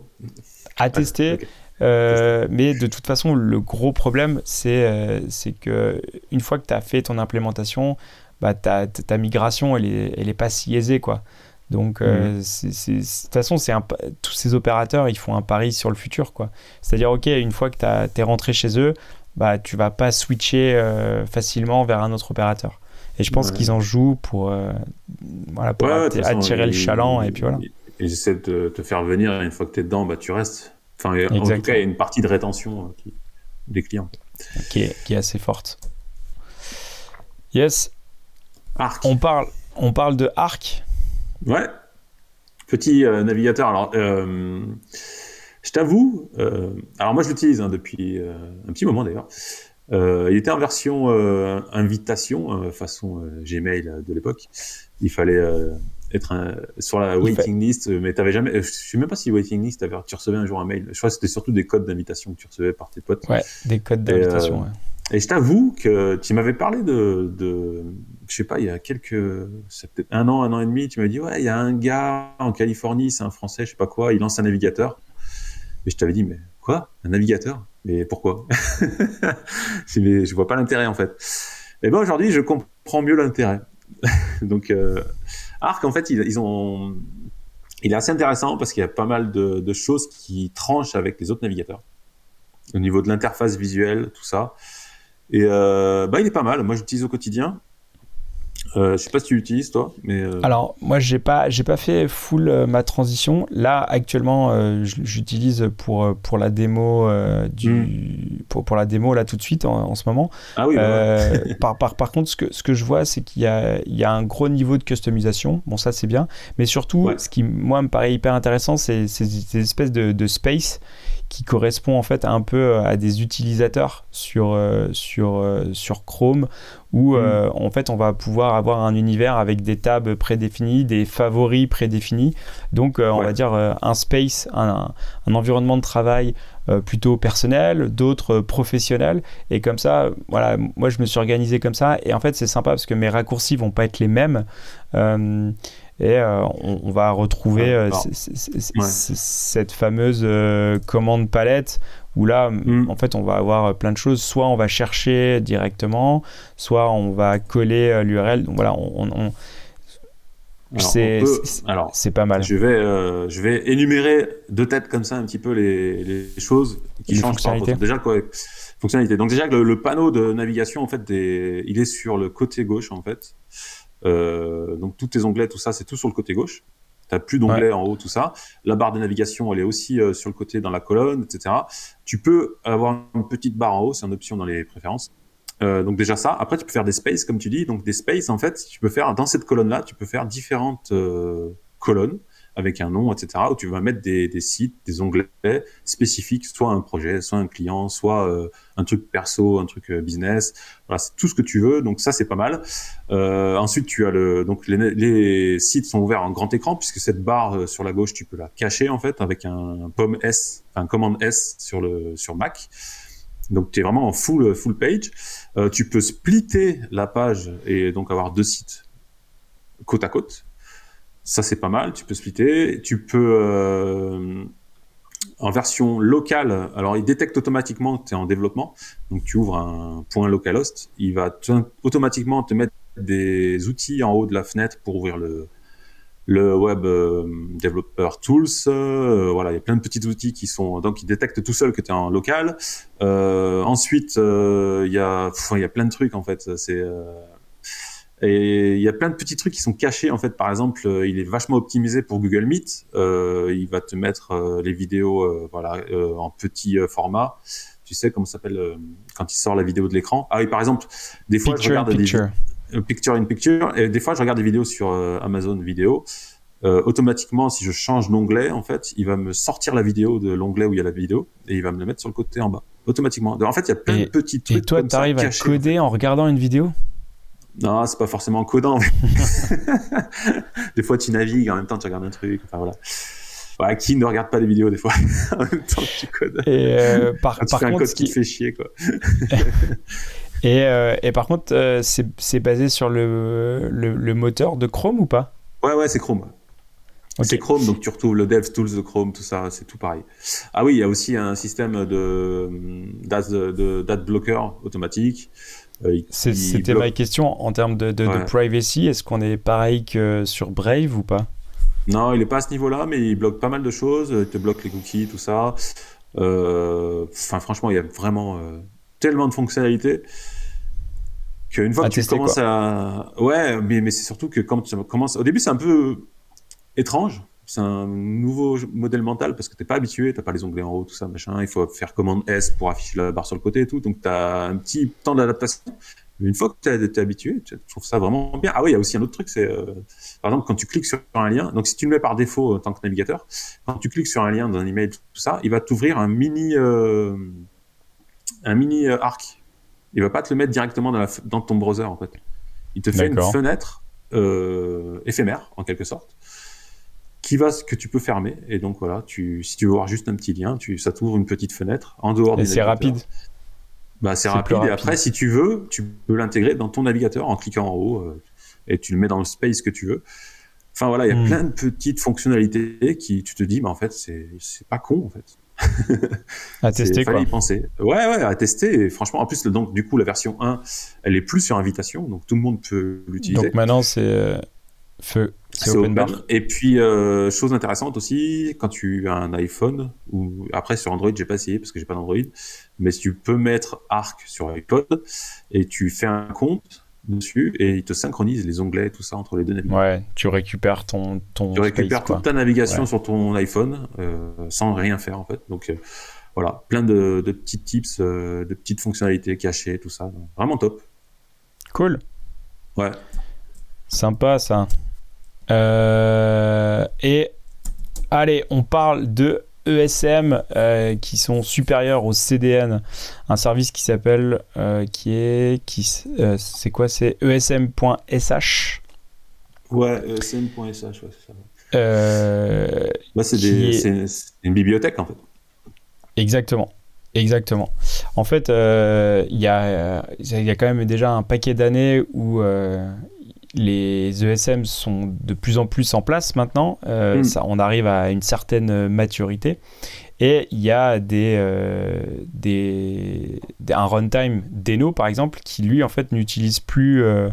À Ouais, tester. ok. Euh, mais de toute façon, le gros problème, c'est euh, c'est que une fois que tu as fait ton implémentation, bah, ta, ta ta migration, elle est, elle est pas si aisée, quoi. Donc, Mhm. euh, c'est- c'est- c'est- de toute façon, c'est un pa- tous ces opérateurs, ils font un pari sur le futur, quoi. C'est-à-dire, OK, une fois que tu es rentré chez eux, bah, tu vas pas switcher euh, facilement vers un autre opérateur. Et je pense Ouais. qu'ils en jouent pour, euh, voilà, pour Ouais, ouais, de atti- toute façon, attirer le ils, chaland, et puis voilà. ils- ils essaient de te faire venir, et une fois que tu es dedans, bah, tu restes. Enfin, en tout cas, il y Exactement. a une partie de rétention euh, qui- des clients. Qui est, qui est assez forte. Yes, Arc. on parle, on parle de Arc. Ouais, petit euh, navigateur. Alors, euh, je t'avoue, euh, alors moi je l'utilise hein, depuis euh, un petit moment d'ailleurs. Euh, il était en version euh, invitation, euh, façon euh, Gmail euh, de l'époque. Il fallait euh, être un- sur la Il fait- waiting list, euh, mais t'avais jamais. euh, Je sais même pas si waiting list, t'avais- tu recevais un jour un mail. Je crois que c'était surtout des codes d'invitation que tu recevais par tes potes. Ouais, des codes Et, d'invitation. euh, ouais. Et je t'avoue que tu m'avais parlé de, de, je sais pas, il y a quelques, c'est peut-être un an, un an et demi, tu m'as dit, ouais, il y a un gars en Californie, c'est un Français, je sais pas quoi, il lance un navigateur. Et je t'avais dit, mais quoi? Un navigateur? Mais pourquoi? Je dis, mais je vois pas l'intérêt, en fait. Et ben, aujourd'hui, je comprends mieux l'intérêt. Donc, euh, Arc, en fait, ils, ils ont, il est assez intéressant parce qu'il y a pas mal de, de choses qui tranchent avec les autres navigateurs. Au niveau de l'interface visuelle, tout ça. Et euh, bah, il est pas mal. Moi, j'utilise au quotidien. Euh, je sais pas si tu l'utilises toi, mais euh... Alors moi j'ai pas j'ai pas fait full euh, ma transition. Là actuellement euh, j'utilise pour pour la démo euh, du mm. pour pour la démo là tout de suite en, en ce moment. Ah oui. Bah euh, ouais. par par par contre ce que ce que je vois c'est qu'il y a il y a un gros niveau de customisation. Bon ça c'est bien, mais surtout ouais. ce qui moi me paraît hyper intéressant c'est c'est ces espèces de de space qui correspond en fait un peu à des utilisateurs sur euh, sur euh, sur Chrome où mmh. euh, en fait on va pouvoir avoir un univers avec des tabs prédéfinis, des favoris prédéfinis. Donc euh, on ouais. va dire euh, un space, un, un environnement de travail euh, plutôt personnel, d'autres professionnels. Et comme ça, voilà, moi je me suis organisé comme ça. Et en fait c'est sympa parce que mes raccourcis vont pas être les mêmes. Euh, Et euh, on, on va retrouver euh, c- c- c- ouais. c- cette fameuse euh, commande palette où là, mm. en fait, on va avoir plein de choses. Soit on va chercher directement, soit on va coller euh, l'U R L. Donc voilà, on, on, on... Alors, c'est, on peut... c'est, Alors, c'est pas mal. Je vais, euh, je vais énumérer de tête comme ça un petit peu les, les choses qui les changent par rapport. Déjà, quoi, fonctionnalité. Donc déjà, le, le panneau de navigation, en fait, des... il est sur le côté gauche, en fait. Euh, donc tous tes onglets, tout ça, c'est tout sur le côté gauche. T'as plus d'onglets ouais. en haut, tout ça. La barre de navigation, elle est aussi euh, sur le côté dans la colonne, et cetera. Tu peux avoir une petite barre en haut, c'est une option dans les préférences. Euh, donc déjà ça. Après, tu peux faire des spaces, comme tu dis. Donc des spaces, en fait, tu peux faire dans cette colonne-là, tu peux faire différentes euh, colonnes avec un nom, et cetera. Où tu vas mettre des, des sites, des onglets spécifiques, soit un projet, soit un client, soit euh, un truc perso, un truc euh, business. Voilà, c'est tout ce que tu veux. Donc ça, c'est pas mal. Euh, ensuite, tu as le donc les, les sites sont ouverts en grand écran puisque cette barre euh, sur la gauche, tu peux la cacher en fait avec un, un pomme S, enfin commande S sur le sur Mac. Donc tu es vraiment en full full page. Euh, tu peux splitter la page et donc avoir deux sites côte à côte. Ça, c'est pas mal. Tu peux splitter. Tu peux, euh, en version locale, alors il détecte automatiquement que tu es en développement. Donc, tu ouvres un point localhost. Il va te, automatiquement te mettre des outils en haut de la fenêtre pour ouvrir le, le Web euh, Developer Tools. Euh, voilà, il y a plein de petits outils qui sont, donc, ils détectent tout seul que tu es en local. Euh, ensuite, euh, il y a, pff, il y a plein de trucs, en fait. C'est, euh, Et il y a plein de petits trucs qui sont cachés. En fait, par exemple, euh, il est vachement optimisé pour Google Meet. Euh, il va te mettre euh, les vidéos, euh, voilà, euh, en petit euh, format. Tu sais comment ça s'appelle euh, quand il sort la vidéo de l'écran. Ah oui, par exemple, des fois picture je regarde in picture. des euh, picture in picture, et des fois je regarde des vidéos sur euh, Amazon Vidéo. Euh, automatiquement, si je change d'onglet, en fait, il va me sortir la vidéo de l'onglet où il y a la vidéo et il va me la mettre sur le côté en bas, automatiquement. En fait, il y a plein et, de petits trucs. Et toi, tu arrives à coder en regardant une vidéo ? Non, c'est pas forcément codant. Des fois, tu navigues, en même temps, tu regardes un truc. Enfin, voilà. Ouais, qui ne regarde pas des vidéos, des fois, en même temps que tu codes. Et euh, par, Quand tu par fais contre, un code ce qui te fait chier, quoi. et, euh, et par contre, euh, c'est, c'est basé sur le, le, le moteur de Chrome ou pas ? Ouais, ouais, c'est Chrome. Okay. C'est Chrome, donc tu retrouves le DevTools de Chrome, tout ça, c'est tout pareil. Ah oui, il y a aussi un système de d'ad, de, d'ad blocker automatique. Euh, C'est, c'était bloque... ma question en termes de, de, ouais. de privacy. Est-ce qu'on est pareil que sur Brave ou pas ? Non, il n'est pas à ce niveau-là, mais il bloque pas mal de choses. Il te bloque les cookies, tout ça. Euh, enfin, franchement, il y a vraiment euh, tellement de fonctionnalités qu'une fois à que tu commences quoi. à... Ouais, mais, mais c'est surtout que quand tu commences... Au début, c'est un peu étrange. C'est un nouveau modèle mental parce que t'es pas habitué, t'as pas les onglets en haut, tout ça, machin. Il faut faire commande S pour afficher la barre sur le côté et tout. Donc t'as un petit temps d'adaptation. Mais une fois que t'es, t'es habitué, je trouve ça vraiment bien. Ah oui, il y a aussi un autre truc, c'est euh, par exemple quand tu cliques sur un lien. Donc si tu le mets par défaut en tant que navigateur, quand tu cliques sur un lien dans un email, tout ça, il va t'ouvrir un mini, euh, un mini euh, arc. Il va pas te le mettre directement dans, la, dans ton browser en fait. Il te fait D'accord. une fenêtre euh, éphémère en quelque sorte. Qui va, que tu peux fermer, et donc voilà, tu, si tu veux voir juste un petit lien, tu, ça t'ouvre une petite fenêtre en dehors et du c'est navigateur. Rapide. Bah, c'est, c'est rapide, rapide, et après, si tu veux, tu peux l'intégrer dans ton navigateur en cliquant en haut, euh, et tu le mets dans le space que tu veux. Enfin voilà, il y a mmh. plein de petites fonctionnalités qui, tu te dis, bah en fait, c'est, c'est pas con, en fait. À tester, fallait quoi. y penser. Ouais, ouais, à tester, et franchement, en plus, donc, du coup, la version un, elle est plus sur invitation, donc tout le monde peut l'utiliser. Donc maintenant, c'est... Euh... Feu, c'est, c'est open bar. Et puis, euh, chose intéressante aussi, quand tu as un iPhone, ou après sur Android, j'ai pas essayé parce que j'ai pas d'Android, mais si tu peux mettre Arc sur iPod et tu fais un compte, dessus et il te synchronise les onglets, tout ça entre les deux navigateurs. Ouais, tu récupères ton, ton Tu récupères space, toute ta navigation ouais. sur ton iPhone euh, sans rien faire en fait. Donc euh, voilà, plein de, de petits tips, euh, de petites fonctionnalités cachées, tout ça. Donc, vraiment top. Cool. Ouais. Sympa ça. Euh, et allez, on parle de E S M euh, qui sont supérieurs au C D N, un service qui s'appelle, euh, qui est, qui, euh, c'est quoi, c'est E S M point S H. Ouais, E S M point S H, ouais, c'est ça. Euh, bah, c'est, des, est... c'est, c'est une bibliothèque en fait. Exactement. Exactement. En fait, il euh, y, a, y a quand même déjà un paquet d'années où euh, les E S M sont de plus en plus en place maintenant. Euh, mm. ça, on arrive à une certaine maturité. Et il y a des, euh, des, des, un runtime Deno, par exemple, qui, lui, en fait, n'utilise plus euh,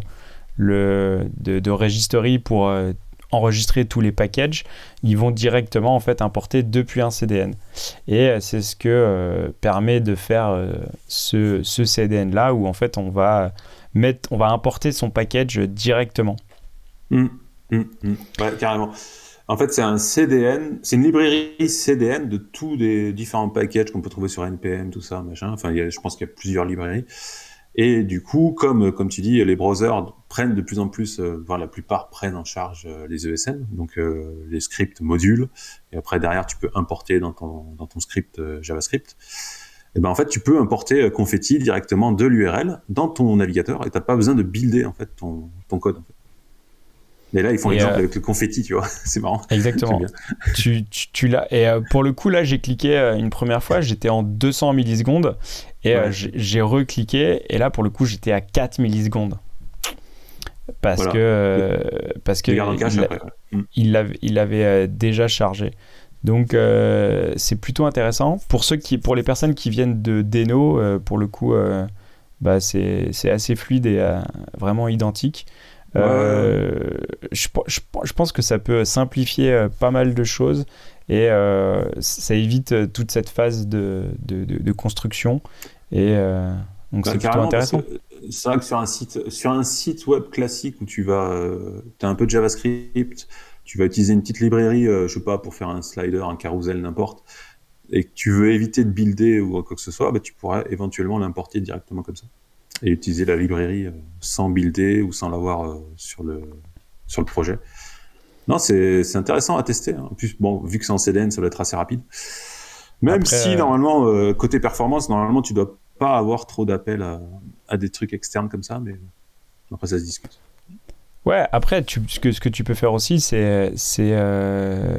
le, de, de registry pour euh, enregistrer tous les packages. Ils vont directement, en fait, importer depuis un C D N. Et c'est ce que euh, permet de faire euh, ce, ce C D N-là, où, en fait, on va... Mettre, on va importer son package directement. Mmh, mmh, mmh. Ouais, carrément. En fait, c'est un C D N, c'est une librairie C D N de tous les différents packages qu'on peut trouver sur N P M, tout ça, machin. Enfin, il y a, je pense qu'il y a plusieurs librairies. Et du coup, comme, comme tu dis, les browsers prennent de plus en plus, euh, voire la plupart prennent en charge euh, les E S M, donc euh, les scripts modules. Et après, derrière, tu peux importer dans ton, dans ton script euh, JavaScript. Et ben en fait, tu peux importer Confetti directement de l'U R L dans ton navigateur et t'as pas besoin de builder en fait ton, ton code. En fait. Et là, ils font l'exemple euh... avec le Confetti, tu vois, c'est marrant. Exactement. tu, tu, tu l'as. Et euh, pour le coup, là, j'ai cliqué euh, une première fois, j'étais en deux cents millisecondes et ouais. euh, j'ai, j'ai recliqué et là, pour le coup, j'étais à quatre millisecondes. Parce voilà. que euh, parce que il, cache il, après, ouais. il l'avait, il l'avait euh, déjà chargé. Donc euh, c'est plutôt intéressant pour ceux qui, pour les personnes qui viennent de Deno, euh, pour le coup, euh, bah c'est c'est assez fluide et euh, vraiment identique. Ouais. Euh, je, je, je pense que ça peut simplifier euh, pas mal de choses et euh, ça évite euh, toute cette phase de de, de, de construction et euh, donc bah, c'est plutôt intéressant. C'est vrai que sur un site sur un site web classique où tu vas, euh, t'as un peu de JavaScript. Tu vas utiliser une petite librairie, euh, je sais pas, pour faire un slider, un carousel, n'importe, et que tu veux éviter de builder ou quoi que ce soit, bah, tu pourrais éventuellement l'importer directement comme ça. Et utiliser la librairie euh, sans builder ou sans l'avoir euh, sur, le, sur le projet. Non, c'est, c'est intéressant à tester. Hein. En plus, bon, vu que c'est en C D N, ça doit être assez rapide. Même Après, si, euh... normalement, euh, côté performance, normalement, tu dois pas avoir trop d'appels à, à des trucs externes comme ça, mais après, ça se discute. Ouais, après, tu, ce, que, ce que tu peux faire aussi, c'est, c'est, euh,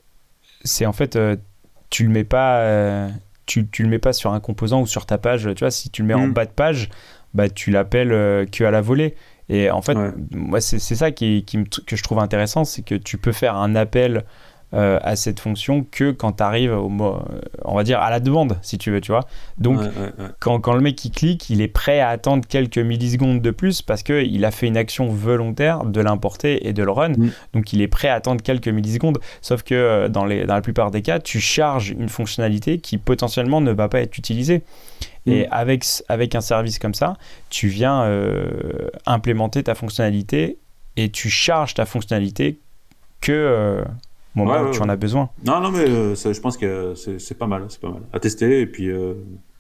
c'est en fait, euh, tu le mets pas, euh, tu, tu le mets pas sur un composant ou sur ta page. Tu vois, si tu le mets mmh. en bas de page, bah, tu l'appelles euh, que à la volée. Et en fait, ouais. moi, c'est, c'est ça qui, qui me, que je trouve intéressant, c'est que tu peux faire un appel euh, à cette fonction que quand tu arrives au mot, on va dire à la demande, si tu veux, tu vois. Donc, ouais, ouais, ouais. Quand, quand le mec il clique, il est prêt à attendre quelques millisecondes de plus parce qu'il a fait une action volontaire de l'importer et de le run. Mm. Donc, il est prêt à attendre quelques millisecondes. Sauf que dans, les, dans la plupart des cas, tu charges une fonctionnalité qui potentiellement ne va pas être utilisée. Mm. Et avec, avec un service comme ça, tu viens euh, implémenter ta fonctionnalité et tu charges ta fonctionnalité que... Euh, moment ouais, où ouais, tu en as besoin. Non, non, mais euh, ça, je pense que c'est, c'est pas mal, c'est pas mal à tester et puis euh,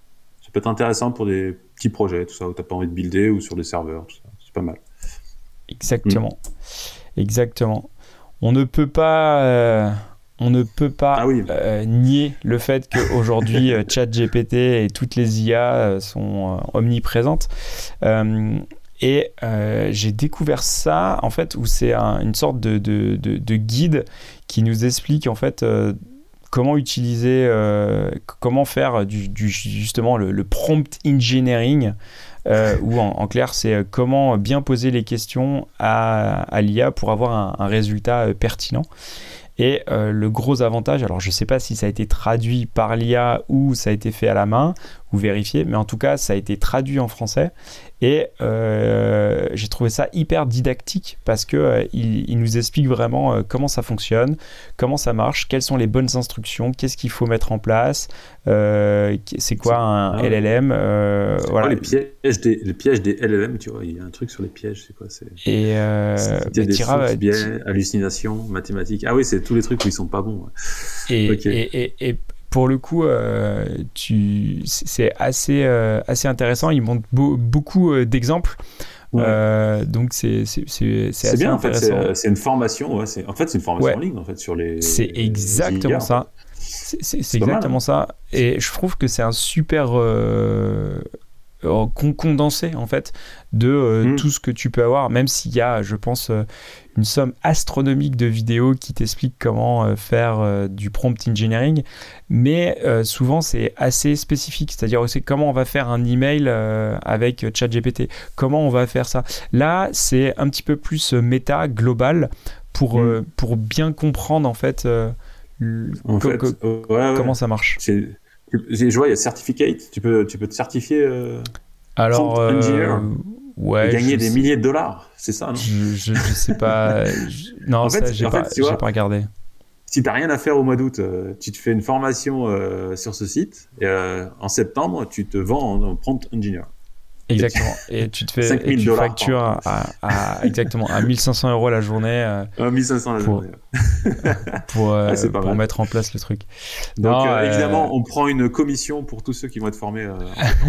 ça peut être intéressant pour des petits projets, tout ça, où t'as pas envie de builder ou sur des serveurs, tout ça, c'est pas mal. Exactement, mmh. exactement. On ne peut pas, euh, on ne peut pas ah oui. euh, nier le fait qu'aujourd'hui euh, ChatGPT et toutes les I A euh, sont euh, omniprésentes. Euh, Et euh, j'ai découvert ça, en fait, où c'est un, une sorte de, de, de, de guide qui nous explique, en fait, euh, comment utiliser, euh, comment faire du, du, justement le, le prompt engineering, euh, où en, en clair, c'est comment bien poser les questions à, à l'I A pour avoir un, un résultat euh, pertinent. Et euh, le gros avantage, alors je ne sais pas si ça a été traduit par l'I A ou ça a été fait à la main, ou vérifier, mais en tout cas, ça a été traduit en français et euh, j'ai trouvé ça hyper didactique parce qu'il euh, il nous explique vraiment euh, comment ça fonctionne, comment ça marche, quelles sont les bonnes instructions, qu'est-ce qu'il faut mettre en place, euh, c'est quoi un ah, L L M. Euh, c'est voilà. quoi les pièges, des, les pièges des L L M, tu vois, il y a un truc sur les pièges, c'est quoi c'est... Et euh, c'est des tira, sources, biais, hallucinations, mathématiques. Ah oui, c'est tous les trucs où ils sont pas bons. Ouais. Et, okay. et, et, et pour le coup, euh, tu, c'est assez, euh, assez intéressant. Il montre beau, beaucoup euh, d'exemples. Ouais. Euh, donc c'est, c'est, c'est, c'est, c'est assez bien, intéressant. En fait, c'est, c'est une formation. Ouais, c'est, en fait, c'est une formation ouais. en ligne en fait, sur les. C'est exactement les ça. C'est, c'est, c'est, c'est exactement mal, ça. Et je trouve que c'est un super euh, condensé en fait de euh, mmh. tout ce que tu peux avoir, même s'il y a, je pense, euh, une somme astronomique de vidéos qui t'expliquent comment euh, faire euh, du prompt engineering, mais euh, souvent c'est assez spécifique, c'est-à-dire aussi comment on va faire un email euh, avec ChatGPT, comment on va faire ça. Là, c'est un petit peu plus méta, global, pour, mmh. euh, pour bien comprendre en fait, euh, en co- fait co- euh, ouais, comment ouais. ça marche. C'est... Je vois, il y a certificate, tu peux, tu peux te certifier euh, Alors, prompt engineer. Euh... Ouais, et gagner des sais. milliers de dollars, c'est ça, non? Je, je, je sais pas. je... Non, en ça, fait, j'ai, en pas, fait, tu vois, j'ai pas regardé. Si t'as rien à faire au mois d'août, euh, tu te fais une formation euh, sur ce site, et euh, en septembre, tu te vends en, en prompt engineer. Exactement. Et tu te fais et tu factures à, à, à, exactement, à mille cinq cents euros la journée. Euh, à mille cinq cents la pour, journée. pour, euh, ah, pour mettre en place le truc. Donc, non, euh, euh... évidemment, on prend une commission pour tous ceux qui vont être formés. Euh,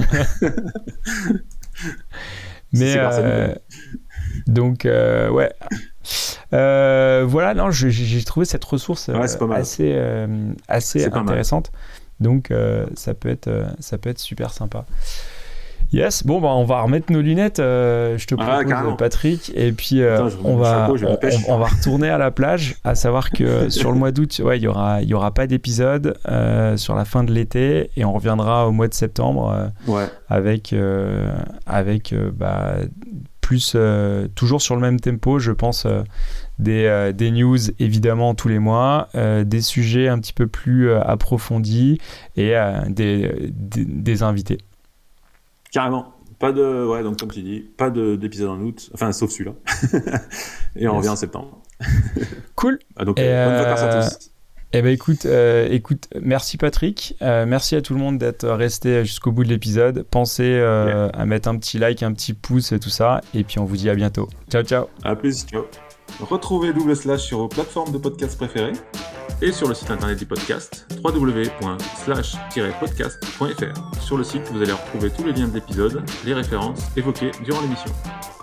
Mais euh, donc euh, ouais, euh, voilà, non, j'ai, j'ai trouvé cette ressource ouais, euh, assez euh, assez c'est intéressante. Donc euh, ça peut être euh, ça peut être super sympa. Yes, bon bah on va remettre nos lunettes. Euh, je te propose ah, Patrick, et puis euh, Attends, on va chapeau, on, on, on va retourner à la plage. À savoir que sur le mois d'août, ouais, il y aura il y aura pas d'épisode euh, sur la fin de l'été, et on reviendra au mois de septembre euh, ouais. avec euh, avec euh, bah, plus euh, toujours sur le même tempo, je pense. Euh, Des, euh, des news évidemment tous les mois, euh, des sujets un petit peu plus euh, approfondis et euh, des, des, des invités. Carrément. Pas de, ouais, donc comme tu dis, pas de, d'épisode en août, enfin sauf celui-là. Et on yes. revient en septembre. Cool. Ah, donc, euh, bonnes vacances à tous. Eh ben écoute, euh, écoute, merci Patrick, euh, merci à tout le monde d'être resté jusqu'au bout de l'épisode. Pensez euh, yeah. à mettre un petit like, un petit pouce et tout ça, et puis on vous dit à bientôt. Ciao, ciao. À plus, ciao. Retrouvez Double Slash sur vos plateformes de podcast préférées et sur le site internet du podcast w w w point slash tiret podcast point f r. Sur le site, vous allez retrouver tous les liens de l'épisode, les références évoquées durant l'émission.